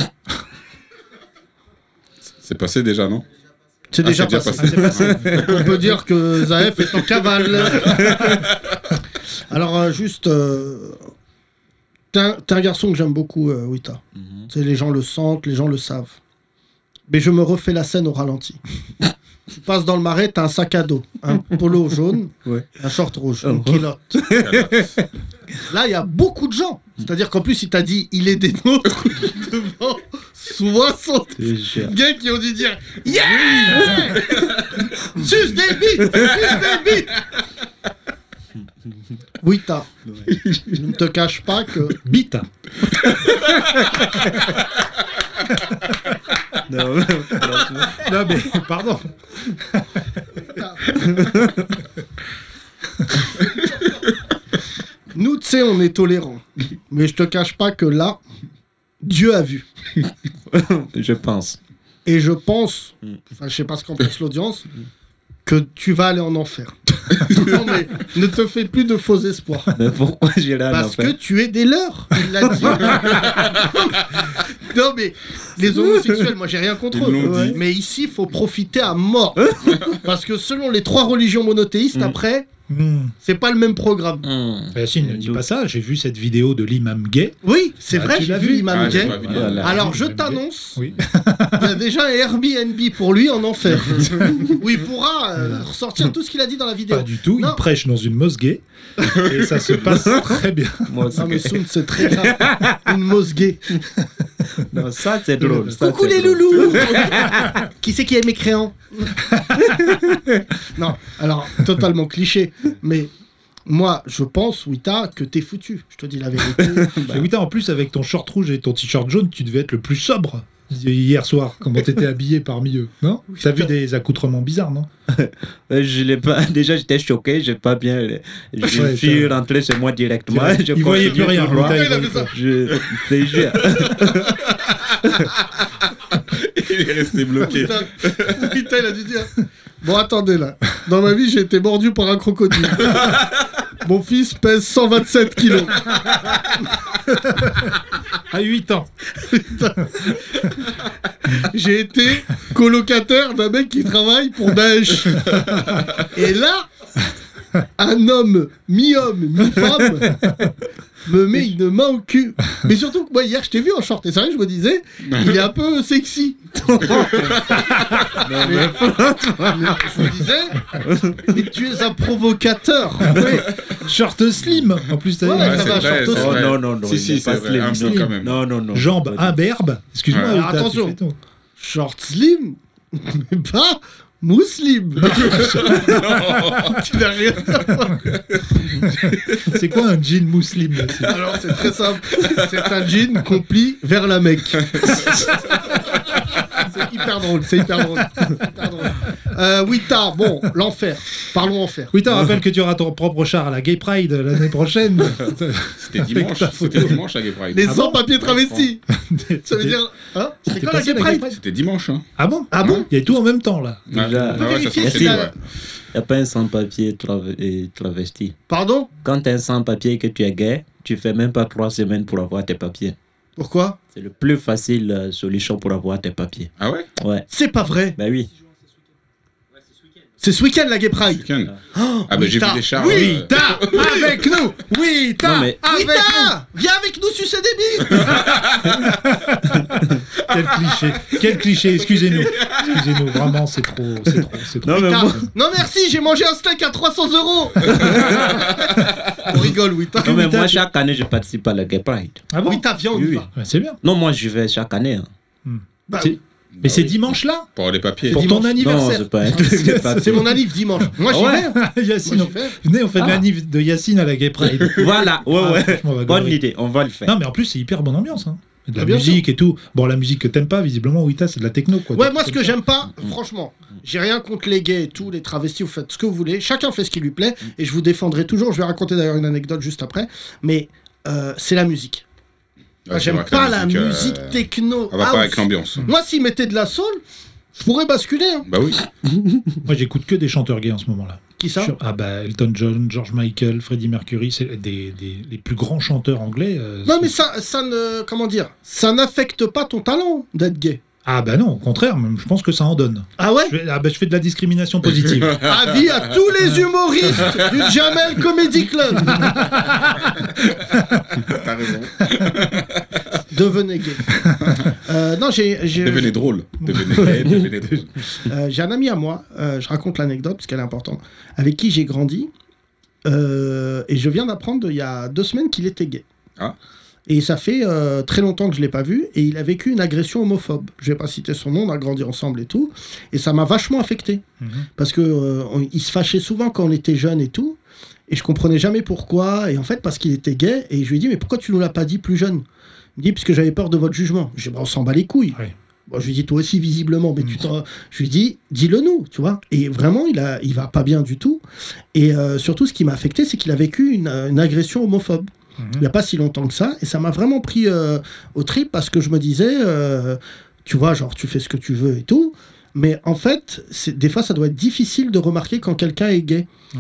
C'est passé déjà, non? C'est Ah, déjà c'est déjà passé. passé. On peut dire que Zaef est en cavale. Alors, euh, juste. euh, T'es un, t'es un garçon que j'aime beaucoup, euh, Wita. Mhm. Tu sais, les gens le sentent, les gens le savent. Mais je me refais la scène au ralenti. Tu passes dans le marais, t'as un sac à dos, un polo jaune, Ouais. un short rouge, Oh. une culotte. Là, il y a beaucoup de gens. C'est-à-dire qu'en plus, il t'a dit il est des nôtres devant soixante C'est cher. gars qui ont dû dire yeah Suce des bites, suce des bites. Oui, t'as. Je ne te cache pas que. Bita. Non, franchement. Non, mais pardon. Nous, tu sais, on est tolérants. Mais je te cache pas que là, Dieu a vu. Je pense. Et je pense, enfin, je sais pas ce qu'en pense l'audience, que tu vas aller en enfer. Non, mais ne te fais plus de faux espoirs. Mais pourquoi j'irai en Parce que enfer? tu es des leurs, il l'a dit. Non, mais les homosexuels, moi j'ai rien contre Ils eux. l'ont dit. Mais ici, il faut profiter à mort. Parce que selon les trois religions monothéistes, Mm. après, Mmh. C'est pas le même programme. Mmh. Yacine, ne dis pas ça. J'ai vu cette vidéo de l'imam gay. Oui, c'est Ah, vrai, tu j'ai l'as vu vu l'imam Ah, j'ai gay. pas vu. Voilà. Alors, Oui, je l'imam t'annonce, Oui. il y a déjà un Airbnb pour lui en enfer. Où il pourra euh, ressortir tout ce qu'il a dit dans la vidéo. Pas du tout. Non. Il prêche dans une mosquée et ça se passe très bien. Moi aussi. Non, mais Soun, c'est très grave. Une mosquée. Non, ça c'est drôle. ça, Coucou c'est les drôle. loulous. Qui c'est qui aime mes crayons? Non, alors, totalement cliché. Mais moi, je pense, Wita, que t'es foutu. Je te dis la vérité. Et oui, t'as, en plus, avec ton short rouge et ton t-shirt jaune, tu devais être le plus sobre hier soir. Comment t'étais habillé parmi eux, non? T'as vu des accoutrements bizarres, non? Euh, Je l'ai pas. Déjà, j'étais choqué. J'ai pas bien. Je Ouais, suis ça- rentré chez moi directement. Il Je voyait continue plus rien. tout droit. Putain, il il a voyait fait ça. pas. Je te jure. Il est resté bloqué. Putain, Putain, il a dû dire. Bon, attendez là. Dans ma vie, j'ai été mordu par un crocodile. Mon fils pèse cent vingt-sept kilos. À huit ans. J'ai été colocataire d'un mec qui travaille pour Daesh. Et là, un homme, mi-homme, mi-femme, me met une main au cul. Mais surtout que moi, hier, je t'ai vu en short. Et c'est vrai que je me disais, il est un peu sexy. Mais- mais je me disais, mais tu es un provocateur. Oui. Short slim. En plus, t'as Ouais, vu, ouais, Ouais, ça c'est va, vrai, short c'est aussi. Oh vrai. non, non, non. Si, il si, n'est c'est pas vrai, slim, un peu non. quand même. Non, non, non. jambes Pas du- imberbes. Excuse-moi, Ouais. Wita, Alors, attention. tu fais tout. Short slim, mais pas mouslim. Tu n'as rien. C'est quoi un jean mousseline aussi? Alors, c'est très simple. C'est un jean qu'on plie vers la Mecque. C'est hyper drôle, c'est hyper drôle. C'est hyper drôle. Euh, Wita, bon, l'enfer. Parlons enfer. Oui, t'as rappelle que tu auras ton propre char à la Gay Pride l'année prochaine. C'était dimanche. ta photo. C'était dimanche à Gay Pride. Les Ah bon sans-papiers travestis. Ça veut dire. Hein C'est T'es quoi la passé Gay à la Gay Pride Pride C'était dimanche. Hein. Ah bon? Ah bon Il y a tout en même temps là. Déjà, Ouais, ouais, ça vérifier fait si chier, la- ouais. Il n'y a pas un sans-papier trave- et travesti. Pardon? Quand tu es un sans-papier et que tu es gay, tu fais même pas trois semaines pour avoir tes papiers. Pourquoi? C'est le plus facile euh, solution pour avoir tes papiers. Ah ouais? Ouais, C'est pas vrai. bah oui. C'est ce week-end la Gay Pride. Week-end. Ah bah j'ai vu Wita. des chars. Oui, euh, t'as avec nous. Oui, t'as Non, mais- avec nous. Viens avec nous sucer des billes. Quel cliché. Quel cliché. Excusez-nous. Excusez-nous. Vraiment, c'est trop. C'est trop. C'est trop. Non, mais Wita. moi, Non merci, j'ai mangé un steak à trois cents euros. On rigole, Wita. non, mais Wita, moi tu- chaque année, je participe à la Gay Pride. Ah bon? Wita, viens, on Oui, y oui. va. Ouais, c'est bien. Non, moi, je vais chaque année. hein. Bah, C'est- Mais c'est dimanche là? Pour les papiers. Pour dimanche. ton Non, anniversaire. c'est pas un truc de papier. c'est mon anniv dimanche. Moi j'y Ouais. vais. Moi, Yacine, j'y on- vais. venez, on fait de Ah. l'anniv de Yacine à la Gay Pride. Voilà, ouais, Ah, ouais. franchement, on va Bonne galérer. idée, on va le faire. Non, mais en plus, c'est hyper bonne ambiance. Hein. De la Ah, bien musique et tout. Bon, la musique que t'aimes pas, visiblement, Wita, c'est de la techno. Quoi. Ouais, Des moi ce trucs que comme ça. j'aime pas, franchement, j'ai rien contre les gays et tout, les travestis, vous faites ce que vous voulez, chacun fait ce qui lui plaît, et je vous défendrai toujours, je vais raconter d'ailleurs une anecdote juste après, mais euh, c'est la musique. Ouais, Moi, c'est j'aime vrai que pas la euh, musique techno. Ça va house. pas avec l'ambiance. Moi s'ils mettaient de la soul, je pourrais basculer. Hein. Bah oui. Moi, j'écoute que des chanteurs gays en ce moment-là. Qui ça? Sur- Ah bah, Elton John, George Michael, Freddie Mercury, c'est des, des, les plus grands chanteurs anglais. euh, Non sont- mais ça, ça ne... Comment dire? Ça n'affecte pas ton talent d'être gay. Ah bah non, au contraire, même, je pense que ça en donne. Ah ouais? Je fais, ah bah, je fais de la discrimination positive. Avis à tous les humoristes du Jamel Comedy Club. T'as raison. Devenez gay. Euh, non, j'ai... j'ai- Devenez drôle. Devenez gay, devenez drôle. Euh, j'ai un ami à moi, euh, je raconte l'anecdote parce qu'elle est importante, avec qui j'ai grandi, euh, et je viens d'apprendre il y a deux semaines qu'il était gay. Ah. Et ça fait euh, très longtemps que je ne l'ai pas vu, et il a vécu une agression homophobe. Je ne vais pas citer son nom, on a grandi ensemble et tout, et ça m'a vachement affecté, Mhm. parce que euh, on- il se fâchait souvent quand on était jeune et tout, et je comprenais jamais pourquoi, et en fait parce qu'il était gay, et je lui ai dit mais pourquoi tu nous l'as pas dit plus jeune? Il me dit parce que j'avais peur de votre jugement. Je dis bah, on s'en bat les couilles. Ouais. Bon, je lui dis toi aussi visiblement, mais tu t'en... je lui dis dis-le nous, tu vois. Et vraiment il a, il va pas bien du tout. Et euh, surtout ce qui m'a affecté, c'est qu'il a vécu une, une agression homophobe. Mhm. Il n'y a pas si longtemps que ça, et ça m'a vraiment pris euh, au trip parce que je me disais, euh, tu vois, genre tu fais ce que tu veux et tout, mais en fait, c'est, des fois ça doit être difficile de remarquer quand quelqu'un est gay. Ouais.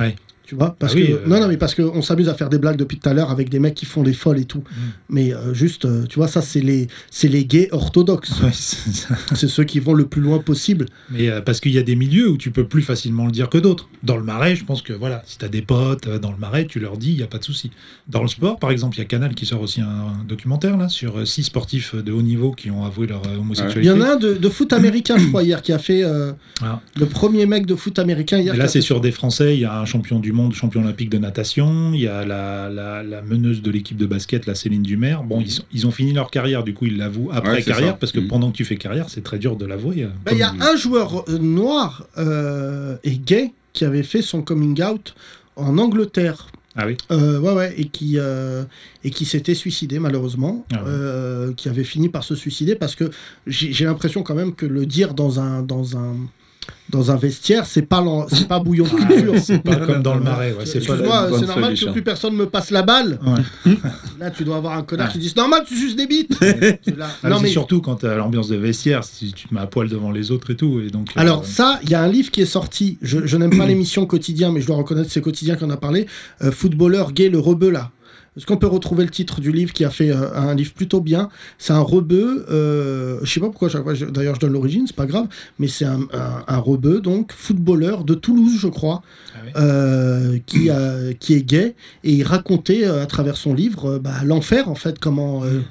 Tu vois, parce Ah oui, que euh... non non mais parce que on s'amuse à faire des blagues depuis tout à l'heure avec des mecs qui font des folles et tout. Mm. Mais euh, juste euh, tu vois ça c'est les c'est les gays orthodoxes. Ouais, c'est, ça. C'est ceux qui vont le plus loin possible. Mais euh, parce qu'il y a des milieux où tu peux plus facilement le dire que d'autres. Dans le Marais, je pense que voilà, si tu as des potes euh, dans le Marais, tu leur dis, il y a pas de souci. Dans le sport, par exemple, il y a Canal qui sort aussi un, un documentaire là sur euh, six sportifs de haut niveau qui ont avoué leur euh, homosexualité. Il y en a un de, de foot américain, je crois, hier qui a fait euh, ah. le premier mec de foot américain hier. Et là, c'est sur des Français. Il y a un champion du monde, champion olympique de natation. Il y a la, la, la meneuse de l'équipe de basket, la Céline Dumer. Bon, ils, ils ont fini leur carrière, du coup, ils l'avouent après ouais, carrière, ça. parce que mmh. pendant que tu fais carrière, c'est très dur de l'avouer. Il bah, y a un joueur euh, noir euh, et gay qui avait fait son coming out en Angleterre. Ah oui. Euh, ouais, ouais, et qui, euh, et qui s'était suicidé malheureusement, ah ouais. euh, qui avait fini par se suicider parce que j'ai, j'ai l'impression quand même que le dire dans un, dans un, dans un vestiaire, c'est pas, c'est pas bouillon de culture. C'est pas comme dans le Marais. Ouais, c'est pas moi, c'est normal que plus personne me passe la balle. Ouais. Là, tu dois avoir un connard ouais. qui dit c'est normal, tu suces des bites. Là, non, c'est mais... surtout quand tu as l'ambiance de vestiaire, si tu te mets à poil devant les autres et tout. Et donc, alors, euh... ça, il y a un livre qui est sorti. Je, je n'aime pas l'émission Quotidien, mais je dois reconnaître c'est Quotidien qui en a parlé. Euh, Footballeur gay, le rebeu là. Est-ce qu'on peut retrouver le titre du livre qui a fait euh, un livre plutôt bien? C'est un rebeu, euh, je sais pas pourquoi chaque fois, je, d'ailleurs je donne l'origine, c'est pas grave, mais c'est un, un, un rebeu, donc footballeur de Toulouse, je crois, ah oui. euh, qui, a, qui est gay, et il racontait euh, à travers son livre euh, bah, l'enfer en fait, comment... Euh,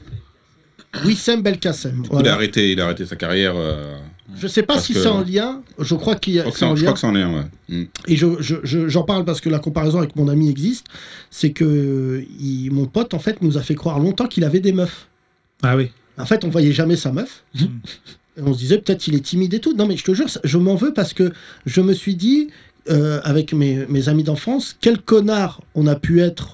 Wissem Belkacem. Du coup, voilà. il, a arrêté, il a arrêté sa carrière. Euh... Je sais pas si que... c'est en lien, je crois qu'il y a. Je crois que c'est en lien, ouais. Mm. Et je, je, je, j'en parle parce que la comparaison avec mon ami existe, c'est que il, mon pote, en fait, nous a fait croire longtemps qu'il avait des meufs. Ah oui. En fait, on voyait jamais sa meuf. Mm. Et on se disait peut-être qu'il est timide et tout. Non, mais je te jure, je m'en veux parce que je me suis dit, euh, avec mes, mes amis d'enfance, quel connard on a pu être.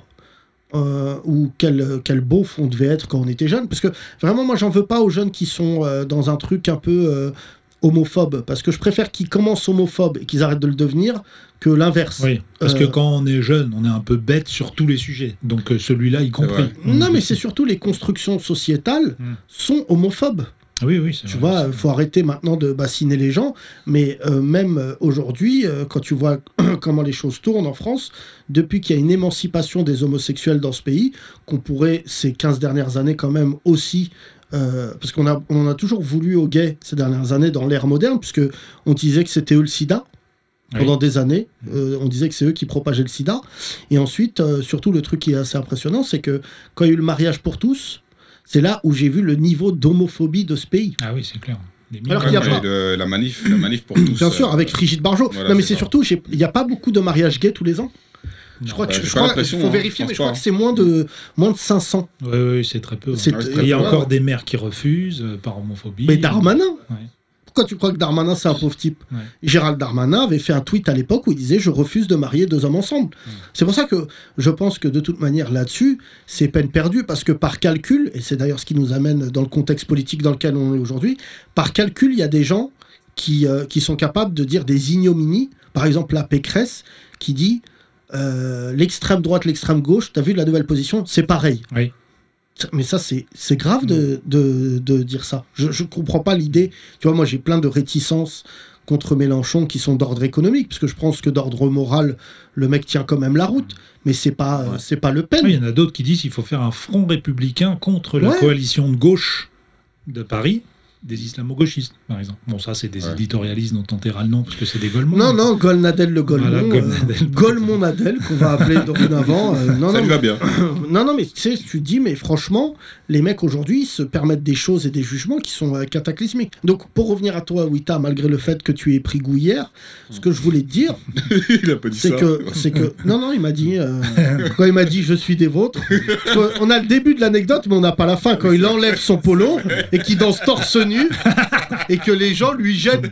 Euh, ou quel, quel beauf on devait être quand on était jeune. Parce que vraiment, moi, j'en veux pas aux jeunes qui sont euh, dans un truc un peu euh, homophobe. Parce que je préfère qu'ils commencent homophobes et qu'ils arrêtent de le devenir que l'inverse. Oui, parce euh... que quand on est jeune, on est un peu bête sur tous les sujets. Donc euh, celui-là, y compris. Non, mais c'est surtout les constructions sociétales mmh. sont homophobes. Oui, oui, c'est tu vrai, vois, il faut arrêter maintenant de bassiner les gens, mais euh, même euh, aujourd'hui, euh, quand tu vois comment les choses tournent en France, depuis qu'il y a une émancipation des homosexuels dans ce pays, qu'on pourrait, ces quinze dernières années quand même aussi, euh, parce qu'on a, on a toujours voulu aux gays ces dernières années dans l'ère moderne, puisque on disait que c'était eux le sida, pendant oui. des années, euh, on disait que c'est eux qui propageaient le sida, et ensuite, euh, surtout le truc qui est assez impressionnant, c'est que quand il y a eu le mariage pour tous, c'est là où j'ai vu le niveau d'homophobie de ce pays. Ah oui, c'est clair. Alors qu'il y a pas... le, la, manif, la manif pour tous. Bien sûr, euh... avec Brigitte Bardot. Voilà, non, mais c'est, c'est surtout, il n'y a pas beaucoup de mariages gays tous les ans. Je crois qu'il bah, faut vérifier, hein, mais je crois que c'est moins de, moins de cinq cents. Oui, oui, c'est très peu. C'est, ouais, il y a encore ouais. des maires qui refusent euh, par homophobie. Mais Darmanin ouais. Pourquoi tu crois que Darmanin, c'est un pauvre type? Ouais. Gérald Darmanin avait fait un tweet à l'époque où il disait « Je refuse de marier deux hommes ensemble ouais. ». C'est pour ça que je pense que de toute manière, là-dessus, c'est peine perdue, parce que par calcul, et c'est d'ailleurs ce qui nous amène dans le contexte politique dans lequel on est aujourd'hui, par calcul, il y a des gens qui, euh, qui sont capables de dire des ignominies. Par exemple, la Pécresse qui dit euh, « L'extrême droite, l'extrême gauche, t'as vu la nouvelle position, c'est pareil oui. ». Mais ça, c'est, c'est grave de, de, de dire ça. Je ne comprends pas l'idée. Tu vois, moi, j'ai plein de réticences contre Mélenchon qui sont d'ordre économique, parce que je pense que d'ordre moral, le mec tient quand même la route. Mais c'est pas, ouais. c'est pas Le Pen. Il y en a d'autres qui disent qu'il faut faire un front républicain contre la ouais. coalition de gauche de Paris, des islamo-gauchistes, par exemple. Bon, ça, c'est des ouais. éditorialistes dont on taira le nom, parce que c'est des Golemons. Non, non, Golnadel le Golemon. Voilà, Golnadel, Golemon Nadel, qu'on va appeler dorénavant. Euh, non, ça non, lui va bien. non, non, mais tu sais, tu dis, mais franchement, les mecs aujourd'hui se permettent des choses et des jugements qui sont euh, cataclysmiques. Donc, pour revenir à toi, Wita, malgré le fait que tu aies pris goût hier, ce que je voulais te dire, il a pas dit c'est ça. que, c'est que, non, non, il m'a dit, euh, quand il m'a dit, je suis des vôtres, on a le début de l'anecdote, mais on n'a pas la fin, quand il enlève son polo et qu'il danse torse nu. Et que les gens lui jettent.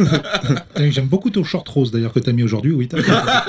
J'aime beaucoup ton short rose d'ailleurs que tu as mis aujourd'hui, oui. T'as...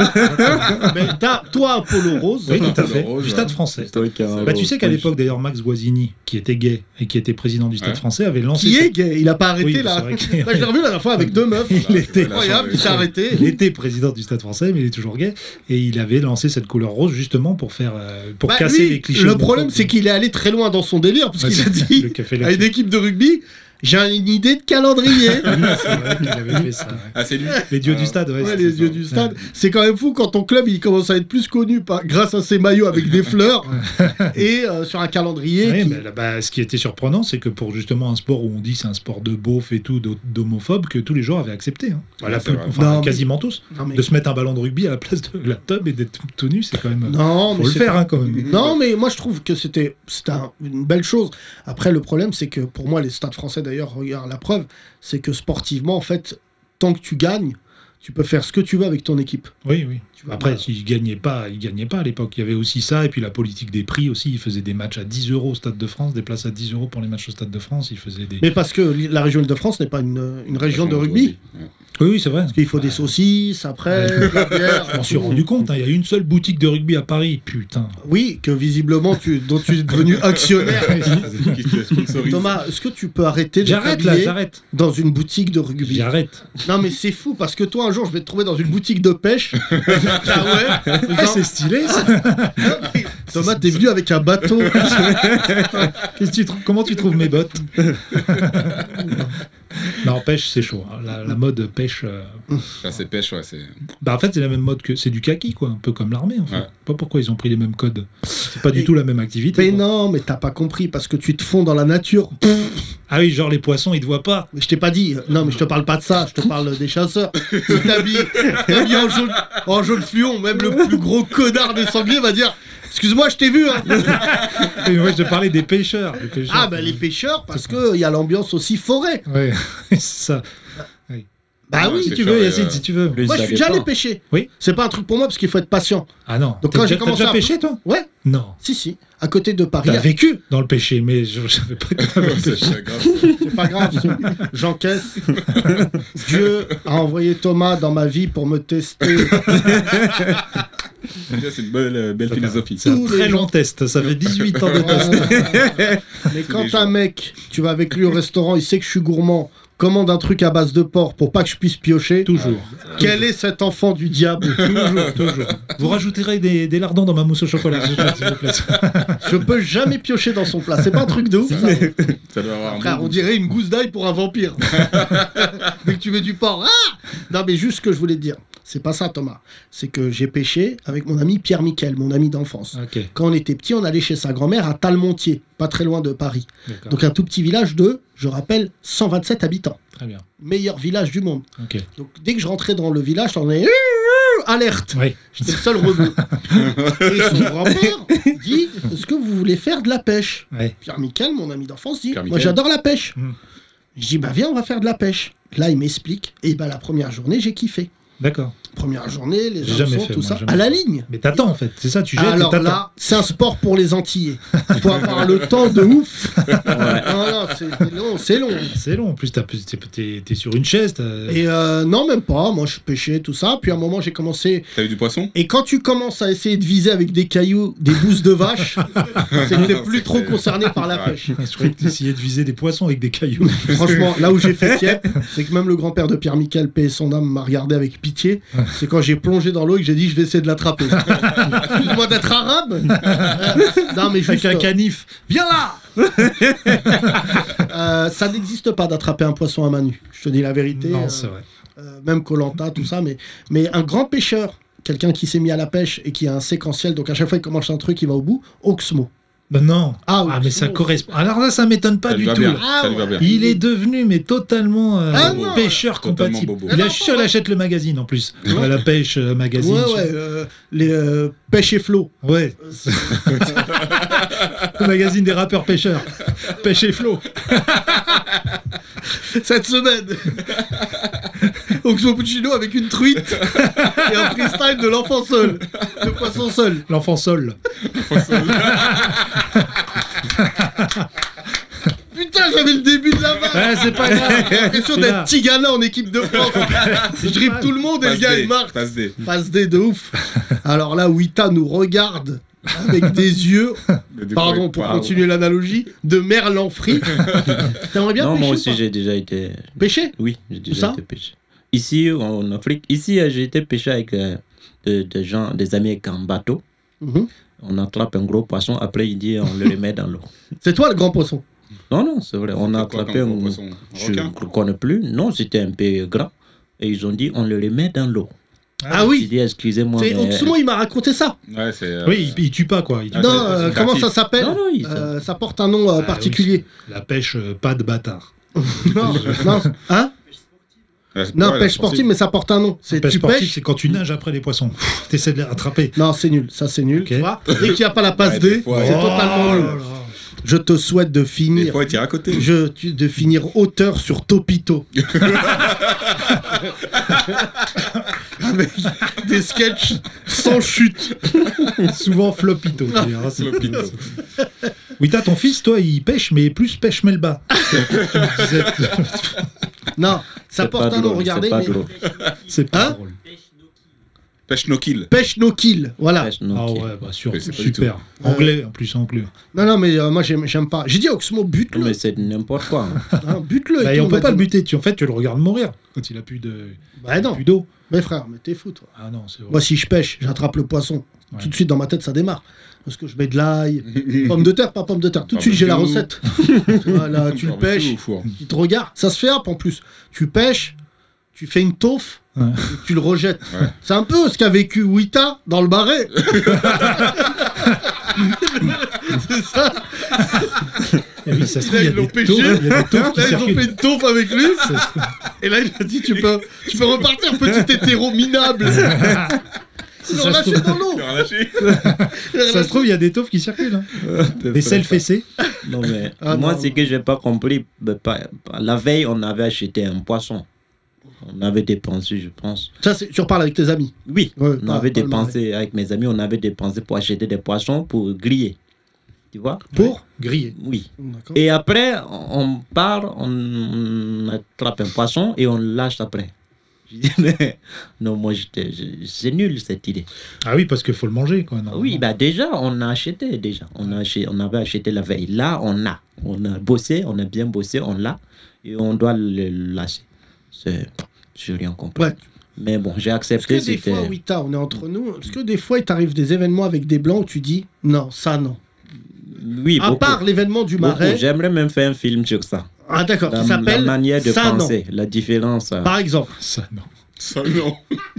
Mais t'as toi un polo rose. Oui, tout à fait. Rose, du Stade français. Bah, tu sais qu'à l'époque d'ailleurs Max Guazzini, qui était gay et qui était président du Stade ouais. français, avait lancé. Qui cette... est gay? Il a pas arrêté oui, là. Là je l'ai revu la dernière fois avec deux meufs. Il était incroyable. Il s'est arrêté. Il était président du Stade français, mais il est toujours gay. Et il avait lancé cette couleur rose justement pour faire, euh, pour bah, casser lui, les clichés. Le problème, c'est qu'il est allé très loin dans son délire parce qu'il a dit à une équipe de rugby. j'ai une idée de calendrier. C'est vrai qu'il avait fait ça. Ouais. Ah, c'est lui. Les dieux Ah. du stade, ouais. Ouais, c'est les ça. yeux du stade. Ouais. C'est quand même fou quand ton club il commence à être plus connu par, grâce à ses maillots avec des fleurs et euh, sur un calendrier. Ouais, qui- mais là, bah, ce qui était surprenant, c'est que pour justement un sport où on dit c'est un sport de beauf et tout, d'ho- d'homophobe, que tous les joueurs avaient accepté. Hein. Voilà, Ouais, c'est peu- vrai. enfin, Non, mais- quasiment tous. Non, mais... De se mettre un ballon de rugby à la place de la tub et d'être tout nu, c'est quand même. Non, Faut mais le c'est faire pas- hein, quand même. Non, mais moi je trouve que c'était c'était un- une belle chose. Après, le problème, c'est que pour moi, les stades français d'ailleurs, regarde la preuve, c'est que sportivement, en fait, tant que tu gagnes, tu peux faire ce que tu veux avec ton équipe. Oui, oui. Tu vois, Après, bah, s'ils gagnaient pas, ils gagnaient pas à l'époque. Il y avait aussi ça, et puis la politique des prix aussi. Ils faisaient des matchs à dix euros au Stade de France, des places à dix euros pour les matchs au Stade de France. Ils faisaient des. Mais parce que li- la région Île-de-France n'est pas une, une région de rugby. Ouais. Oui, oui, c'est vrai. Parce qu'il faut des saucisses, après, de la bière. Je m'en suis rendu compte. hein, Il y a une seule boutique de rugby à Paris. Putain. Oui, que visiblement, tu, dont tu es devenu actionnaire. C'est lui qui te sponsorise. Thomas, est-ce que tu peux arrêter de J'arrête là, t'habiller j'arrête. dans une boutique de rugby? J'arrête. Non, mais c'est fou, parce que toi, un jour, je vais te trouver dans une boutique de pêche. Ah ouais Ah, faisant- c'est stylé ça. Thomas, t'es venu avec un bateau. Qu'est-ce que tu trou- Comment tu trouves mes bottes? Non, pêche, c'est chaud. hein. La, la mode pêche. euh, Enfin, c'est pêche, ouais. C'est... Bah, en fait, c'est la même mode que. C'est du kaki, quoi. Un peu comme l'armée, en fait. Ouais. Pas pourquoi ils ont pris les mêmes codes. C'est pas du Et- tout la même activité. Mais quoi. non, mais t'as pas compris, parce que tu te fonds dans la nature. Ah oui, genre les poissons, ils te voient pas. Mais je t'ai pas dit. Non, mais je te parle pas de ça, je te parle des chasseurs. Tu t'habilles tu t'habilles en jaune, en jaune fluon, même le plus gros connard des sangliers va dire excuse-moi, je t'ai vu. Hein. Et moi, je te parlais des pêcheurs. Les pêcheurs Ah, bah les pêcheurs, parce qu'il y a l'ambiance aussi forêt. Ouais, c'est ça. Bah Ouais, oui. Si c'est tu sûr, veux, et, Yacine, euh, si tu veux. Plus Moi, je ça suis déjà allé dépend. pêcher. Oui. C'est pas un truc pour moi parce qu'il faut être patient. Ah non. Donc, T'as quand déjà- j'ai commencé T'as à- déjà pêché, toi? Ouais, Non. si, si. À côté de Paris. T'as vécu dans le péché, mais je, je savais pas que t'avais c'est pêché. c'est grave. C'est pas grave, c'est- j'encaisse. Dieu a envoyé Thomas dans ma vie pour me tester. Déjà, c'est une belle, euh, belle philosophie. C'est un Tous les très gens- long test. Ça fait dix-huit ans de test. Voilà. Mais Tous quand les un jours. mec, tu vas avec lui au restaurant, il sait que je suis gourmand, commande un truc à base de porc pour pas que je puisse piocher. Toujours. Quel est cet enfant du diable? Toujours, toujours. Vous rajouterez des, des lardons dans ma mousse au chocolat, s'il vous plaît. Je peux jamais piocher dans son plat. C'est pas un truc de ouf, ça. Ça doit avoir un Frère, bon on goût. dirait une gousse d'ail pour un vampire. Dès que tu mets du porc. Ah non, mais juste ce que je voulais te dire. C'est pas ça, Thomas. C'est que j'ai pêché avec mon ami Pierre Miquel, mon ami d'enfance. Ok, Quand on était petit, on allait chez sa grand-mère à Talmontier, pas très loin de Paris. d'accord. Donc un tout petit village de, je rappelle, cent vingt-sept habitants. Très bien. Meilleur village du monde. Ok. Donc dès que je rentrais dans le village, on est alerte. Oui. J'étais le seul rebeu. Et son grand-père dit, est-ce que vous voulez faire de la pêche? Ouais. Pierre Miquel, mon ami d'enfance, dit, Pierre moi Miquel. j'adore la pêche. Mm. Je dis, bah viens, on va faire de la pêche. Là, il m'explique. Et bah la première journée, j'ai kiffé. D'accord. Première journée, les J'ai jamais hameçons, fait, tout moi, ça, jamais à la fait. ligne. Mais t'attends en fait, c'est ça, tu jettes et Alors t'attends. là, c'est un sport pour les Antillais. Il faut avoir le temps de ouf. Non, non, c'est long, c'est long. C'est long, en plus t'as- t'es t'es- t'es sur une chaise. t'as- Et euh, non, même pas. Moi, je pêchais, tout ça. Puis à un moment, j'ai commencé. T'as eu du poisson? Et quand tu commences à essayer de viser avec des cailloux, des bousses de vache, c'est que t'es plus C'est trop clair. concerné par la Ouais. pêche. Je croyais que t'essayais de viser des poissons avec des cailloux. Franchement, là où j'ai fait tiep, c'est que même le grand-père de Pierre Miquel, paix et son âme, m'a regardé avec pitié. C'est quand j'ai plongé dans l'eau et que j'ai dit, je vais essayer de l'attraper. Excuse-moi d'être arabe. Non, mais Avec juste. un canif. Viens là. euh, ça n'existe pas d'attraper un poisson à main nue. Je te dis la vérité. Non, euh, c'est vrai. euh, même Koh-Lanta, tout ça. Mais, mais un grand pêcheur, quelqu'un qui s'est mis à la pêche et qui a un séquentiel, donc à chaque fois qu'il commence un truc, il va au bout. Oxmo. Ben non. Ah oui, mais ça sinon- correspond. Alors là, ça m'étonne pas Ça lui du va tout. bien. là. Ah Ça lui va ouais. bien. Il est devenu mais totalement euh, Ah non, pêcheur totalement compatible. bobo. Il Ah a non, sûr, il ouais. achète le magazine en plus. Ouais, la pêche euh, magazine. Ouais, ouais. euh, les euh, pêche et flot. Ouais. Le magazine des rappeurs pêcheurs. Pêche et flot. Cette semaine, Oxmo Puccino avec une truite et un freestyle de l'enfant seul, de poisson seul. L'enfant sol. Putain, j'avais le début de la vanne. Ouais, c'est pas grave. J'ai l'impression C'est d'être là. Tigana en équipe de France. Je dribble tout le monde et le Passe gars D, il marque. passe D. Passe D de ouf. Alors là, Wita nous regarde avec des yeux, Mais du pardon coup, pour waouh. continuer l'analogie, de merlan frit. T'aimerais bien Non, pêcher moi ou aussi pas j'ai déjà été. Pêcher Oui, j'ai déjà ça été pêché. Ici, en Afrique, ici, euh, j'ai été pêché avec euh, de- des gens, des amis avec un bateau. Mhm. On attrape un gros poisson, après il dit on le remet dans l'eau. C'est toi le grand poisson. Non, non, c'est vrai. On a C'était quoi attrapé comme un. poisson? Un Je requin? ne connais plus. Non, c'était un peu grand. Et ils ont dit on le remet dans l'eau. Ah J'ai oui. dit excusez-moi. C'est mais- Otsumo, il m'a raconté ça. Ouais, c'est. euh, Oui, il, il tue pas, quoi. Il tue Ah, Non, c'est- euh, c'est comment créatif. ça s'appelle Non, non, il- Euh, Ça porte un nom euh, Ah, particulier. oui, la pêche, euh, pas de bâtard. Non, non, hein ouais, c'est- Non, ouais, pêche la sportive, mais ça porte un nom. C'est Pêche tu sportive, pêches. c'est quand tu nages après les poissons. T'essaies de les rattraper. Non, c'est nul. Ça, c'est nul. Ok. Tu vois Dès qu'il n'y a pas la passe Ouais, D, des fois, c'est ouais. totalement Oh nul. là là. Je te souhaite de Des finir. fois, il tire à côté. Je, tu- de finir auteur sur Topito. Avec des sketchs sans chute. Souvent flopito. d'ailleurs, hein, c'est- Flopito. Oui, t'as ton fils, toi, il pêche, mais plus pêche melba. Tu me disais- Non, ça C'est porte pas un nom, drôle, regardez. c'est pas Mais... drôle. C'est pas Hein drôle. Pêche no kill. Pêche no kill. Voilà. Pêche, non, Ah ok. ouais, bah sûr, Mais c'est pas du super. tout. Anglais, en plus, anglais. Non, non, mais euh, moi, j'aime j'aime pas. J'ai dit Oxmo, Non, bute-le. mais c'est n'importe quoi. hein. Hein, bute-le. Bah, et et tout, on peut m'a pas le dit. buter. Tu, en fait, tu le regardes mourir quand il a plus de Bah non. plus d'eau. Mais frère, mais t'es fou, toi. Ah non, c'est vrai. Moi, si je pêche, j'attrape le poisson. Ouais. Tout de suite, dans ma tête, ça démarre. Parce que je mets de l'ail, pomme de terre, pas pomme de terre. Tout de suite, j'ai la Barbecue. recette. Voilà, tu le Barbecue pêches, au four. il te regarde. Ça se fait hop en plus. Tu pêches, tu fais une taufe, Ouais. et tu le rejettes. Ouais. C'est un peu ce qu'a vécu Wita dans le Marais. C'est ça. Eh oui, ça se trouve, il y a Ils l'ont des pêché. taufes, il y a des taufes qui Là, ils ont circulent. fait une taufe avec lui. Et là, il a dit tu peux, tu peux repartir, petit hétéro minable. Ils l'ont Ça se lâché trouve- dans l'eau. Il a relâché. Ça se trouve, il y a des taufes qui circulent. Hein. Des selles fessées. Non, mais Ah, moi, non, c'est non. que j'ai pas compris. bah, pas- pas- La veille, on avait acheté un poisson. On avait dépensé, je pense. Ça, c'est- tu reparles avec tes amis. Oui, Ouais, on pas- avait pas le Marais. dépensé avec mes amis, on avait dépensé pour acheter des poissons pour griller. Tu vois? Pour Grillé. Oui. D'accord. Et après, on part, on attrape un poisson et on le lâche après. Je dis, mais non, moi, j'étais, je- c'est nul cette idée. Ah oui, parce qu'il faut le manger, quoi. normalement. Oui, bah déjà, on a acheté, déjà. On, a acheté, on avait acheté la veille. Là, on a. On a bossé, on a bien bossé, on l'a. Et on doit le lâcher. C'est... Je n'ai rien compris. Ouais. Mais bon, j'ai Est-ce accepté. que des C'était... fois, Wita, on est entre nous, est-ce que des fois, il t'arrive des événements avec des blancs où tu dis non, ça non. Oui, À beaucoup. part l'événement du Beaucoup. Marais. J'aimerais même faire un film sur ça. Ah d'accord, La, qui la s'appelle manière de ça non. penser, la différence. euh, Par exemple. Ça, non. Ça, non.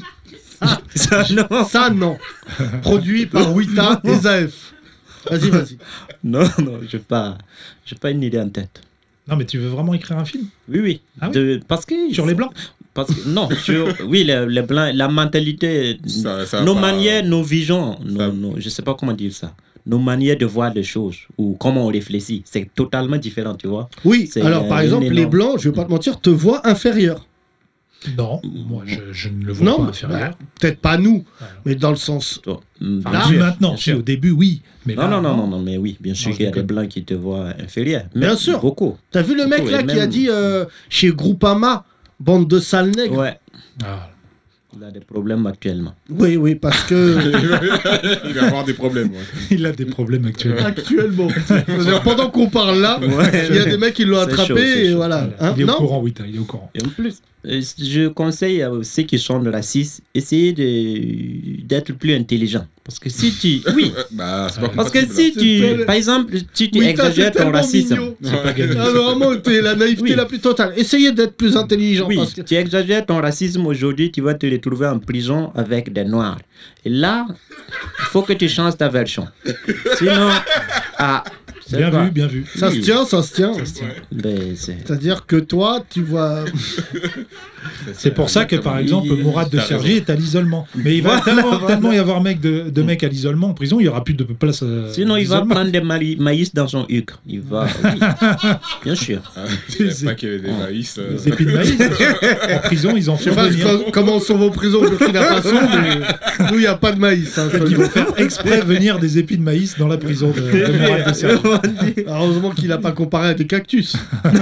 ça, non. Ça non. Produit par Wita et Zaef. Vas-y, vas-y. Non, non, je n'ai pas, j'ai pas une idée en tête. Non, mais tu veux vraiment écrire un film Oui, oui. Ah oui De- parce que, sur les blancs? Parce que, non, sur, oui, les, les blancs, la mentalité, Ça- ça va nos pas- manières, nos visions, nos- Ça- nos- je ne sais pas comment dire ça, nos manières de voir les choses ou comment on réfléchit, c'est totalement différent, tu vois. Oui, C'est, alors euh, par une exemple, les énorme- blancs, je vais pas te mentir, te voient inférieur. Non, moi, je, je ne le vois Non, pas mais- inférieur. bah, peut-être pas nous, Voilà. mais dans le sens. Toi, mm, Enfin, bien vu sûr, maintenant, bien si sûr. au début, oui. Mais Non, là, non, non, non, non, mais oui, bien sûr Non, je qu'il y a des déconne. blancs qui te voient inférieur. Bien Mais sûr. Beaucoup. T'as vu le mec Oui, là qui a même- dit euh, chez Groupama, bande de sales nègres. Ouais, Ah, il a des problèmes actuellement. Oui, oui, parce que Il va avoir des problèmes. ouais. il a des problèmes actuellement. actuellement, c'est-à-dire, pendant qu'on parle là, Ouais. il y a des mecs qui l'ont C'est attrapé chaud, c'est et chaud. voilà. Hein, il est au non courant, oui, il est au courant. Et en plus, euh, je conseille à ceux qui sont racistes, essayez de, d'être plus intelligent. Parce que si tu... Oui, Bah, c'est pas parce que compatible. si tu... tellement- Par exemple, si tu Oui, t'as- exagères c'est ton tellement racisme... mignon. C'est pas gagné. Ah, vraiment, t'es la naïveté Oui. la plus totale. Essayez d'être plus intelligent. Oui, Parce que... tu exagères ton racisme aujourd'hui, tu vas te retrouver en prison avec des noirs. Et là, il faut que tu changes ta version. Sinon, ah, c'est Bien quoi? vu, bien vu. Ça se Oui. tient, ça se tient. Ben, c'est... C'est-à-dire que toi, tu vois. C'est pour ça que, par exemple, Mourad de T'as Sergi est à l'isolement. Mais il va Voilà, tellement, voilà. tellement y avoir mec de, de mecs à l'isolement en prison, il n'y aura plus de place. à Sinon, il va l'isolement. prendre des mari- maïs dans son huc. Il va... Oui, bien sûr. Ah, je savais pas qu'il y avait des maïs. euh, Les épines de maïs. En prison, ils en Je sais font pas venir. ce- comment sont vos prisons au Burkina Faso, mais nous, il n'y a pas de maïs. Hein, je te le Ils dis. vont faire exprès venir des épines de maïs dans la prison de, de Mourad de Sergi. Heureusement qu'il n'a pas comparé à des cactus.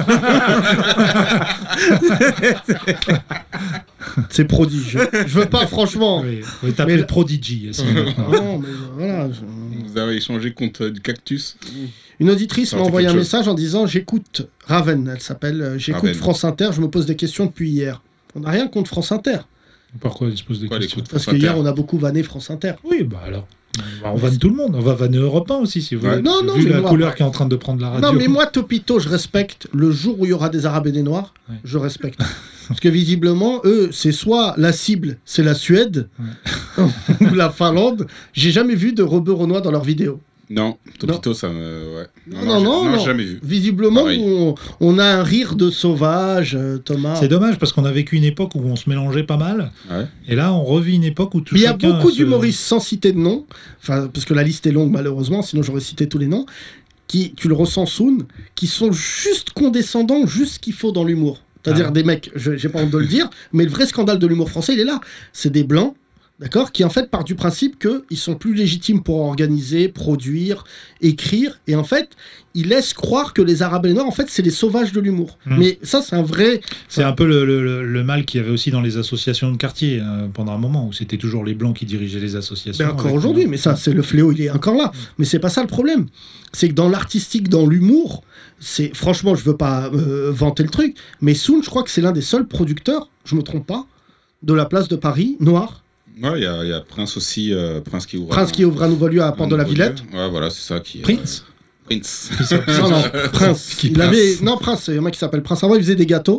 C'est prodige. Je veux pas, franchement. Oui, oui, t'appelles Mais- Prodigy. aussi, maintenant. Non, mais voilà. je- Vous avez échangé contre du cactus. Une auditrice Ça m'a aurait été envoyé un quelque message en disant j'écoute Raven, elle s'appelle. euh, J'écoute Raven. France Inter, je me pose des questions depuis hier. On n'a rien contre France Inter. Pourquoi il se pose des Pourquoi questions l'écoute Parce France que hier, Inter on a beaucoup vanné France Inter. Oui, bah alors. Bah, on vanne tout le monde, on va vanner Europe un aussi, si vous Ouais. voulez. Non, non, Vu mais la moi, couleur ouais. qui est en train de prendre la radio. Non, mais moi, Topito, je respecte. Le jour où il y aura des Arabes et des Noirs, Ouais. je respecte. Parce que visiblement, eux, c'est soit la cible, c'est la Suède, ou la Finlande. J'ai jamais vu de rebeux renois dans leurs vidéos. Non, Topito, ça me. Ouais. Non, non, non, j'ai non. jamais vu. Visiblement, Pareil. on, on a un rire de sauvage, euh, Thomas. C'est dommage parce qu'on a vécu une époque où on se mélangeait pas mal. Ouais. Et là, on revit une époque où tout Mais il y a chacun beaucoup se- d'humoristes sans citer de nom, enfin, parce que la liste est longue malheureusement, sinon j'aurais cité tous les noms, qui, tu le ressens Soon, qui sont juste condescendants, juste ce qu'il faut dans l'humour. C'est-à-dire Ah. des mecs, je, j'ai pas honte de le dire, mais le vrai scandale de l'humour français, il est là. C'est des blancs, d'accord, qui en fait partent du principe qu'ils sont plus légitimes pour organiser, produire, écrire, et en fait, ils laissent croire que les Arabes et les Noirs, en fait, c'est les sauvages de l'humour. Mm. Mais ça, c'est un vrai... C'est un peu le, le- le- le mal qu'il y avait aussi dans les associations de quartier euh, pendant un moment où c'était toujours les blancs qui dirigeaient les associations. Mais encore avec- aujourd'hui, mais ça, c'est le fléau, il est encore là. Mais c'est pas ça le problème. C'est que dans l'artistique, dans l'humour, c'est franchement, je veux pas euh, vanter le truc, mais Soon, je crois que c'est l'un des seuls producteurs, je me trompe pas, de la place de Paris, noir. Ouais, il y, a- il y a Prince aussi, euh, Prince qui ouvre. Prince un- qui ouvre un nouveau lieu à un Porte de la nouveau Villette. lieu. Ouais, voilà, c'est ça qui. euh, Prince Prince. Non, non, Prince. Qui Il Prince avait... Non, Prince, il y a un mec qui s'appelle Prince. Avant, il faisait des gâteaux.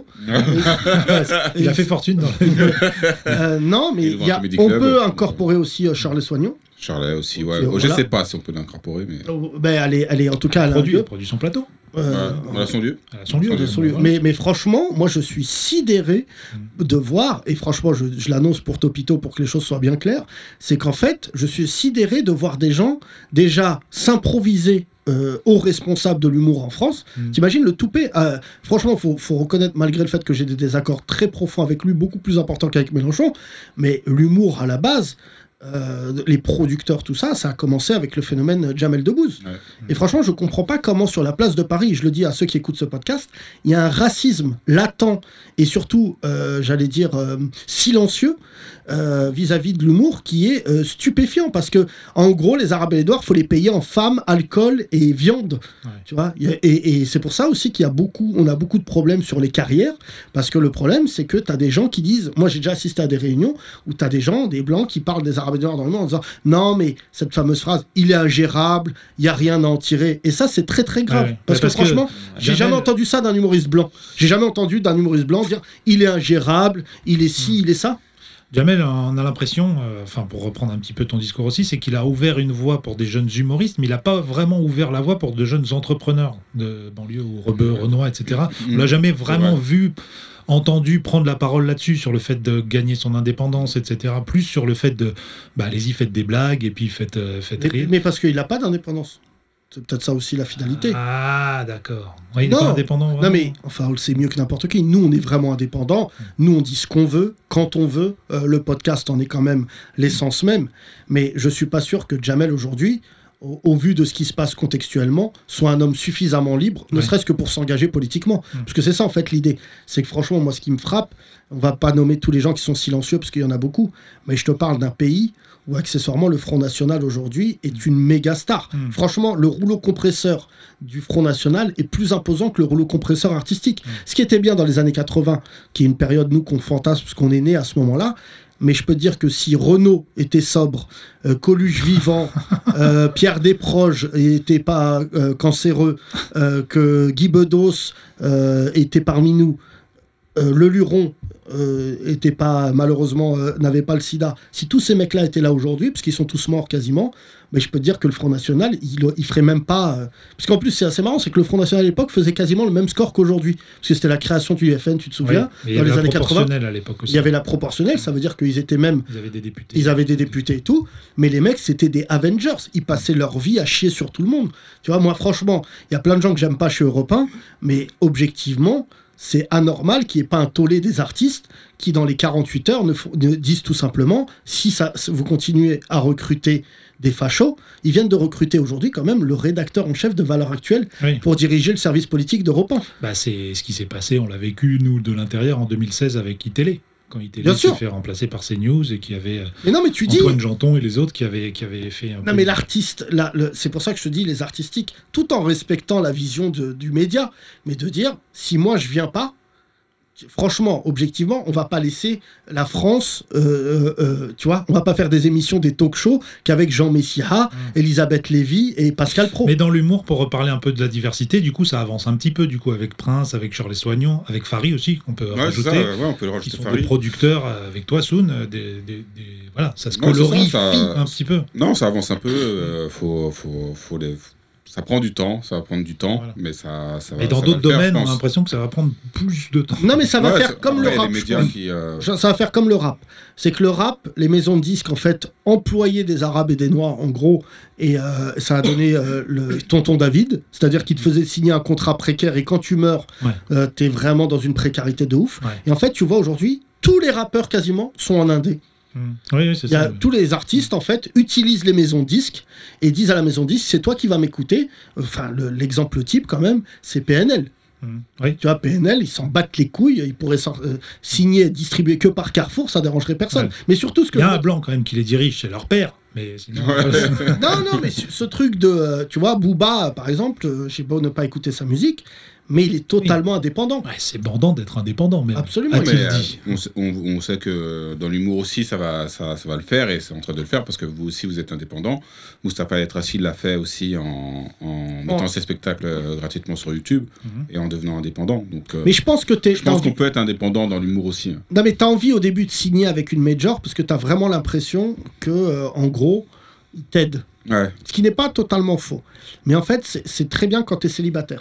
Il a fait fortune dans le... Euh, non, mais Il il ouvre y un a... comedy on club. peut incorporer aussi euh, Charles Soignon. Charlet aussi, ouais. Ok, Oh, je voilà. sais pas si on peut l'incorporer, mais. Oh, ben, elle, est... elle est en tout cas... Elle a un produit, lieu. produit son plateau. Euh, Ouais, on a son lieu. Elle a son lieu. de son lieu. Voilà. Mais, mais franchement, moi je suis sidéré de voir, et franchement je, je l'annonce pour Topito pour que les choses soient bien claires, c'est qu'en fait je suis sidéré de voir des gens déjà s'improviser euh, aux responsables de l'humour en France. Mm. T'imagines le toupet euh, Franchement, faut, faut reconnaître, malgré le fait que j'ai des désaccords très profonds avec lui, beaucoup plus importants qu'avec Mélenchon, mais l'humour à la base, euh, les producteurs, tout ça, ça a commencé avec le phénomène Jamel Debbouze. Ouais. Et franchement, je comprends pas comment sur la place de Paris, je le dis à ceux qui écoutent ce podcast, il y a un racisme latent et surtout, euh, j'allais dire, euh, silencieux euh, vis-à-vis de l'humour qui est euh, stupéfiant. Parce que, en gros, les Arabes et les Noirs, il faut les payer en femmes, alcool et viande. Ouais. Tu vois, Il y a- et, et c'est pour ça aussi qu'il y a beaucoup, on a beaucoup de problèmes sur les carrières. Parce que le problème, c'est que tu as des gens qui disent, moi j'ai déjà assisté à des réunions où tu as des gens, des blancs, qui parlent des Arabes et des Noirs dans le monde en disant non, mais cette fameuse phrase, il est ingérable, il n'y a rien à en tirer. Et ça, c'est très très grave. Ouais, ouais. Parce, Parce que, que franchement, j'ai Jamel- jamais entendu ça d'un humoriste blanc. J'ai jamais entendu d'un humoriste blanc dire il est ingérable, il est ci, il est ça. Jamel, on a l'impression, euh, enfin pour reprendre un petit peu ton discours aussi, c'est qu'il a ouvert une voie pour des jeunes humoristes, mais il n'a pas vraiment ouvert la voie pour de jeunes entrepreneurs de banlieue ou rebeux, renois, et cetera. On l'a jamais vraiment vrai. vu, entendu prendre la parole là-dessus, sur le fait de gagner son indépendance, et cetera. Plus sur le fait de, bah allez-y, faites des blagues et puis faites, euh, faites Mais, rire. mais parce qu'il n'a pas d'indépendance. C'est peut-être ça aussi la finalité. Ah, d'accord. Ouais, il n'est Non. pas indépendant. Non vraiment. mais, enfin, on le sait mieux que n'importe qui. Nous, on est vraiment indépendants. Nous, on dit ce qu'on veut, quand on veut. Euh, le podcast en est quand même l'essence même. Mais je suis pas sûr que Jamel, aujourd'hui, au, au vu de ce qui se passe contextuellement, soit un homme suffisamment libre, ne Ouais. serait-ce que pour s'engager politiquement. Mm. Parce que c'est ça, en fait, l'idée. C'est que franchement, moi, ce qui me frappe, on va pas nommer tous les gens qui sont silencieux, parce qu'il y en a beaucoup, mais je te parle d'un pays où, accessoirement, le Front National, aujourd'hui, est une méga star. Mm. Franchement, le rouleau compresseur du Front National est plus imposant que le rouleau compresseur artistique. Ce qui était bien dans les années quatre-vingts, qui est une période, nous, qu'on fantasme, parce qu'on est né à ce moment-là, mais je peux te dire que si Renaud était sobre, euh, Coluche vivant, euh, Pierre Desproges était pas euh, cancéreux, euh, que Guy Bedos euh, était parmi nous, euh, le Luron euh, était pas, malheureusement, euh, n'avait pas le sida. Si tous ces mecs-là étaient là aujourd'hui, parce qu'ils sont tous morts quasiment, mais je peux te dire que le Front National, il, il ferait même pas... euh, parce qu'en plus, c'est assez marrant, c'est que le Front National à l'époque faisait quasiment le même score qu'aujourd'hui. Parce que c'était la création du F N, tu te Oui, souviens, mais il y dans avait les la années quatre-vingts. proportionnelle à l'époque aussi. Il y avait la proportionnelle, ça veut dire qu'ils étaient même... Ils avaient des députés. Ils avaient des députés et tout, mais les mecs, c'était des Avengers. Ils passaient leur vie à chier sur tout le monde. Tu vois, moi, franchement, il y a plein de gens que j'aime pas chez Europe un, mais objectivement, c'est anormal qu'il n'y ait pas un tollé des artistes qui, dans les quarante-huit heures, ne, font- ne disent tout simplement, si ça, vous continuez à recruter des fachos, ils viennent de recruter aujourd'hui quand même le rédacteur en chef de Valeurs Actuelles Oui. pour diriger le service politique d'Europe un. Bah, c'est ce qui s'est passé, on l'a vécu, nous, de l'intérieur, en deux mille seize avec iTélé. Quand iTélé Bien s'est sûr. fait remplacer par CNews et qui avait euh, Mais non, mais tu dis... Antoine Janton et les autres qui avaient, qui avaient fait un Non peu mais de- l'artiste, là, le- c'est pour ça que je te dis les artistiques, tout en respectant la vision de- du média, mais de dire, si moi je viens pas, franchement, objectivement, on va pas laisser la France, euh, euh, tu vois, on va pas faire des émissions, des talk-shows qu'avec Jean Messia, mmh. Elisabeth Lévy et Pascal Praud. Mais dans l'humour, pour reparler un peu de la diversité, du coup, ça avance un petit peu, du coup, avec Prince, avec Shirley Soignon, avec Fari aussi, qu'on peut Ouais, rajouter. ça, ouais, on peut le rajouter. Qui sont Fari. des producteurs euh, avec toi, Soun, euh, des, des, des- voilà, ça se colorifie ça, ça- un petit peu. Non, ça avance un peu. euh, faut, faut, faut les... Ça prend du temps, ça va prendre du temps, Voilà. mais ça, ça va. Et dans ça va d'autres le faire, domaines, je on a pense. l'impression que ça va prendre plus de temps. Non, mais ça va Ouais, faire c'est- comme après, le rap. Les je médias pense. qui. euh, Ça va faire comme le rap. C'est que le rap, les maisons de disques, en fait, employaient des Arabes et des Noirs, en gros, et euh, ça a donné euh, le tonton David, c'est-à-dire qu'il te faisait signer un contrat précaire, et quand tu meurs, Ouais. euh, t'es vraiment dans une précarité de ouf. Ouais. Et en fait, tu vois, aujourd'hui, tous les rappeurs, quasiment, sont en indé. Mmh. Oui, oui, c'est Il y a, ça. tous les artistes, en fait, utilisent les maisons de disques et disent à la maison de disques, c'est toi qui vas m'écouter. Enfin, le- l'exemple type, quand même, c'est P N L. Mmh. Oui. Tu vois, P N L, ils s'en battent les couilles, ils pourraient s'en- euh, signer, distribuer que par Carrefour, ça dérangerait personne. Ouais. Mais surtout, ce que Il y a je- un blanc quand même qui les dirige, c'est leur père. Mais sinon, euh, Non, non, mais ce ce truc de, euh, tu vois, Booba, par exemple, euh, j'ai beau ne pas écouter sa musique, mais il est totalement indépendant. ouais, c'est bandant d'être indépendant, même. Absolument. A-t-il mais, euh, dit. on, sait, on- on sait que dans l'humour aussi, ça va, ça, ça va le faire et c'est en train de le faire parce que vous aussi, vous êtes indépendant. Moustapha El Tracy l'a fait aussi en, en mettant ses spectacles euh, gratuitement sur YouTube Mhm. et en devenant indépendant. Donc, euh, Mais je pense que t'es, je t'as pense envie... qu'on peut être indépendant dans l'humour aussi. hein. Non, mais t'as envie au début de signer avec une major parce que t'as vraiment l'impression que, euh, en gros, ils t'aident. Ouais. Ce qui n'est pas totalement faux. Mais en fait, c'est, c'est très bien quand t'es célibataire.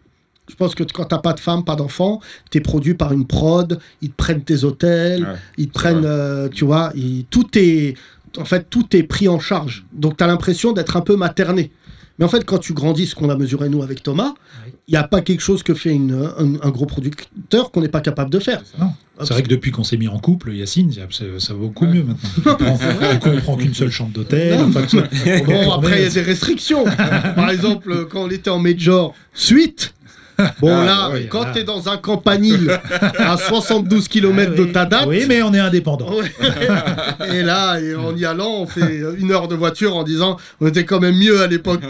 Je pense que t- quand t'as pas de femme, pas d'enfant, t'es produit par une prod, ils te prennent tes hôtels, Ouais, ils te c'est prennent, vrai. euh, tu vois, ils- tout est, en fait, tout est pris en charge. Donc t'as l'impression d'être un peu materné. Mais en fait, quand tu grandis, ce qu'on a mesuré nous avec Thomas, il Oui. n'y a pas quelque chose que fait une, un, un gros producteur qu'on n'est pas capable de faire. Non. C'est vrai que depuis qu'on s'est mis en couple, Yacine, ça, ça va beaucoup mieux maintenant. On prend, on prend qu'une seule chambre d'hôtel. Non. Enfin, tout ça. On Bon, est après, il y a des restrictions. Par exemple, quand on était en major, suite. Bon, Ah, là, oui, quand là. t'es dans un campanile à soixante-douze kilomètres Ah oui. de ta date. Oui, mais on est indépendant. Ouais. Et là, et en y allant, on fait une heure de voiture en disant on était quand même mieux à l'époque.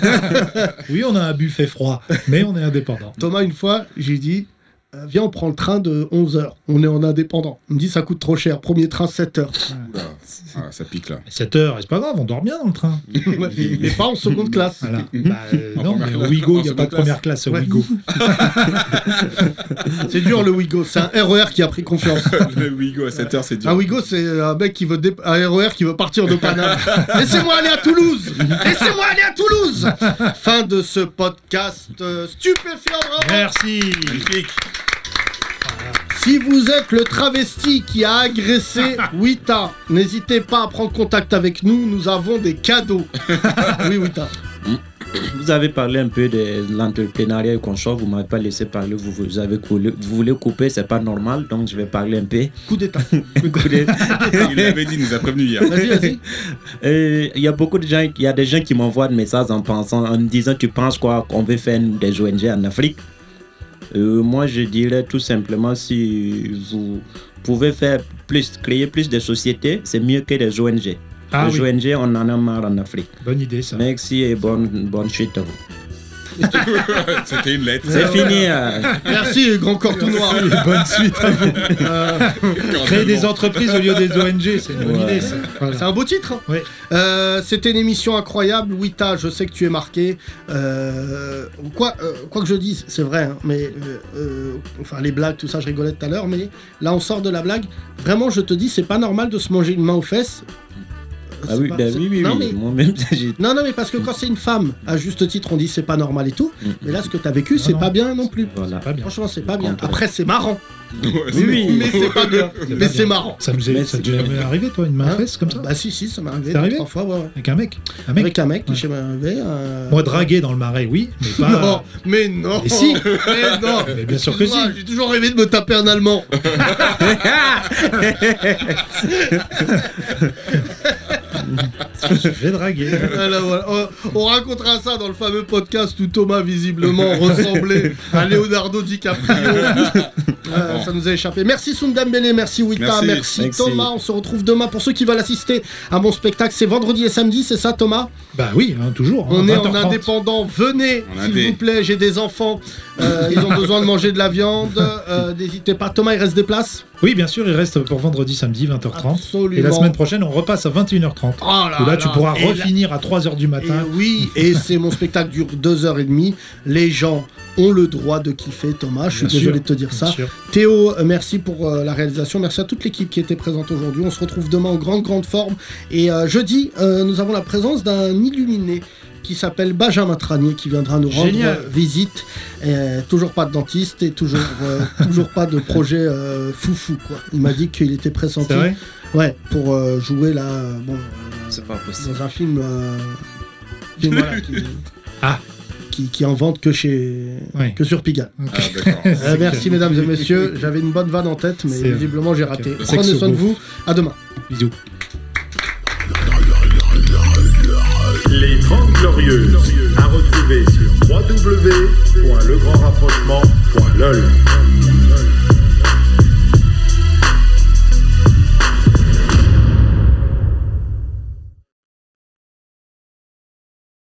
Oui, on a un buffet froid, mais on est indépendant. Thomas, une fois, j'ai dit euh, viens, on prend le train de onze heures. On est en indépendant. Il me dit ça coûte trop cher. Premier train, sept heures. Oula. Ah, ça pique là. sept heures, c'est pas grave, on dort bien dans le train. Mais pas en seconde classe. Voilà. Bah, euh, En non, première mais au classe. Ouigo, En il n'y a pas seconde de première classe au Ouais. Ouigo. C'est dur le Ouigo. C'est un R E R qui a pris confiance. Le Wigo à sept heures, c'est dur. Un Ouigo, c'est un mec qui veut dé- un R E R qui veut partir de Paname. Laissez-moi aller à Toulouse. Laissez-moi aller à Toulouse. Fin de ce podcast euh, stupéfiant. Bravo. Merci. Magnifique. Si vous êtes le travesti qui a agressé Wita, n'hésitez pas à prendre contact avec nous. Nous avons des cadeaux. Oui, Wita. Vous avez parlé un peu de l'entrepreneuriat et consort, vous ne m'avez pas laissé parler, vous, vous, avez coulé, vous voulez couper, c'est pas normal, donc je vais parler un peu. Coup d'état. Écoutez, Il l'avait dit, il nous a prévenu hier. Vas-y, vas-y. euh, il y a beaucoup de gens, il y a des gens qui m'envoient des messages en pensant, en me disant tu penses quoi qu'on veut faire des O N G en Afrique. Euh, moi je dirais tout simplement si vous pouvez faire plus, créer plus de sociétés, c'est mieux que des O N G. Ah les oui, O N G, on en a marre en Afrique. bonne idée ça. Merci et bonne, bonne chute à vous. C'était une lettre. C'est fini. euh. Merci, grand corps tout noir. Bonne suite. Euh, Créer des entreprises au lieu des O N G, c'est une bonne Ouais. idée ça. Voilà. C'est un beau titre. Oui. Euh, C'était une émission incroyable. Wita, je sais que tu es marqué. Euh, quoi, euh, quoi que je dise, c'est vrai. hein, mais euh, euh, enfin, les blagues, tout ça, je rigolais tout à l'heure. Mais là, on sort de la blague. Vraiment, je te dis, c'est pas normal de se manger une main aux fesses. Euh, Ah c'est oui, pas- ben c'est- oui, oui, non, oui. mais- Moi-même, j'ai- Non, non, mais parce que quand c'est une femme, à juste titre, on dit c'est pas normal et tout. Mm. Mais là, ce que t'as vécu, c'est non. pas bien non plus. Voilà. Pas bien. Franchement, c'est pas bien. Contraire. Après, c'est marrant. Ouais, Oui, oui. Mais c'est pas bien. Mais c'est marrant. Ça nous est, Mais ça c'est- t'est jamais arrivé toi, une main Hein aux fesses comme ça? Bah si, si, ça m'est arrivé C'est deux, arrivé trois fois, ouais, ouais. Avec un mec Un mec Avec un mec Ouais. qui m'est arrivé. euh, Moi, draguer dans le marais, oui, mais pas. Non, mais non. Mais si. Mais non. Mais bien sûr que Excuse-moi, si. J'ai toujours rêvé de me taper un Allemand. Je vais draguer. Voilà, voilà. On, on racontera ça dans le fameux podcast où Thomas visiblement ressemblait à Leonardo DiCaprio. Euh, ça nous a échappé. Merci Sundembele, merci Wita, merci, merci, merci Thomas. On se retrouve demain pour ceux qui veulent assister à mon spectacle. C'est vendredi et samedi, c'est ça Thomas? Bah oui, hein, toujours. On hein, est en indépendant. Venez, s'il indé. vous plaît. J'ai des enfants. Euh, ils ont besoin de manger de la viande. Euh, n'hésitez pas. Thomas, il reste des places? Oui, bien sûr, il reste pour vendredi, samedi, vingt heures trente. Absolument. Et la semaine prochaine, on repasse à vingt et une heures trente. Oh là, où là, là, tu pourras et refinir là... à trois heures du matin. Et oui, et c'est mon spectacle dure deux heures trente. Les gens ont le droit de kiffer, Thomas. Je suis bien désolé sûr, de te dire ça. Sûr. Théo, merci pour euh, la réalisation. Merci à toute l'équipe qui était présente aujourd'hui. On se retrouve demain en grande, grande forme. Et euh, jeudi, euh, nous avons la présence d'un illuminé qui s'appelle Benjamin Tranier, qui viendra nous rendre euh, visite. Et, euh, toujours pas de dentiste et toujours, euh, toujours pas de projet euh, foufou, quoi. Il m'a dit qu'il était pressenti. C'est vrai ? Ouais, pour euh, jouer là, bon, euh, c'est pas possible. Dans un film, euh, film voilà, qui, ah. qui, qui en vente que chez, oui. que sur Pigalle. Okay. Ah, euh, merci mesdames et messieurs. J'avais une bonne vanne en tête, mais c'est visiblement j'ai raté. Okay. Prenez soin de vous. À demain. Bisous. Les trente Glorieuses, à retrouver sur w w w point le grand rapprochement point l o l.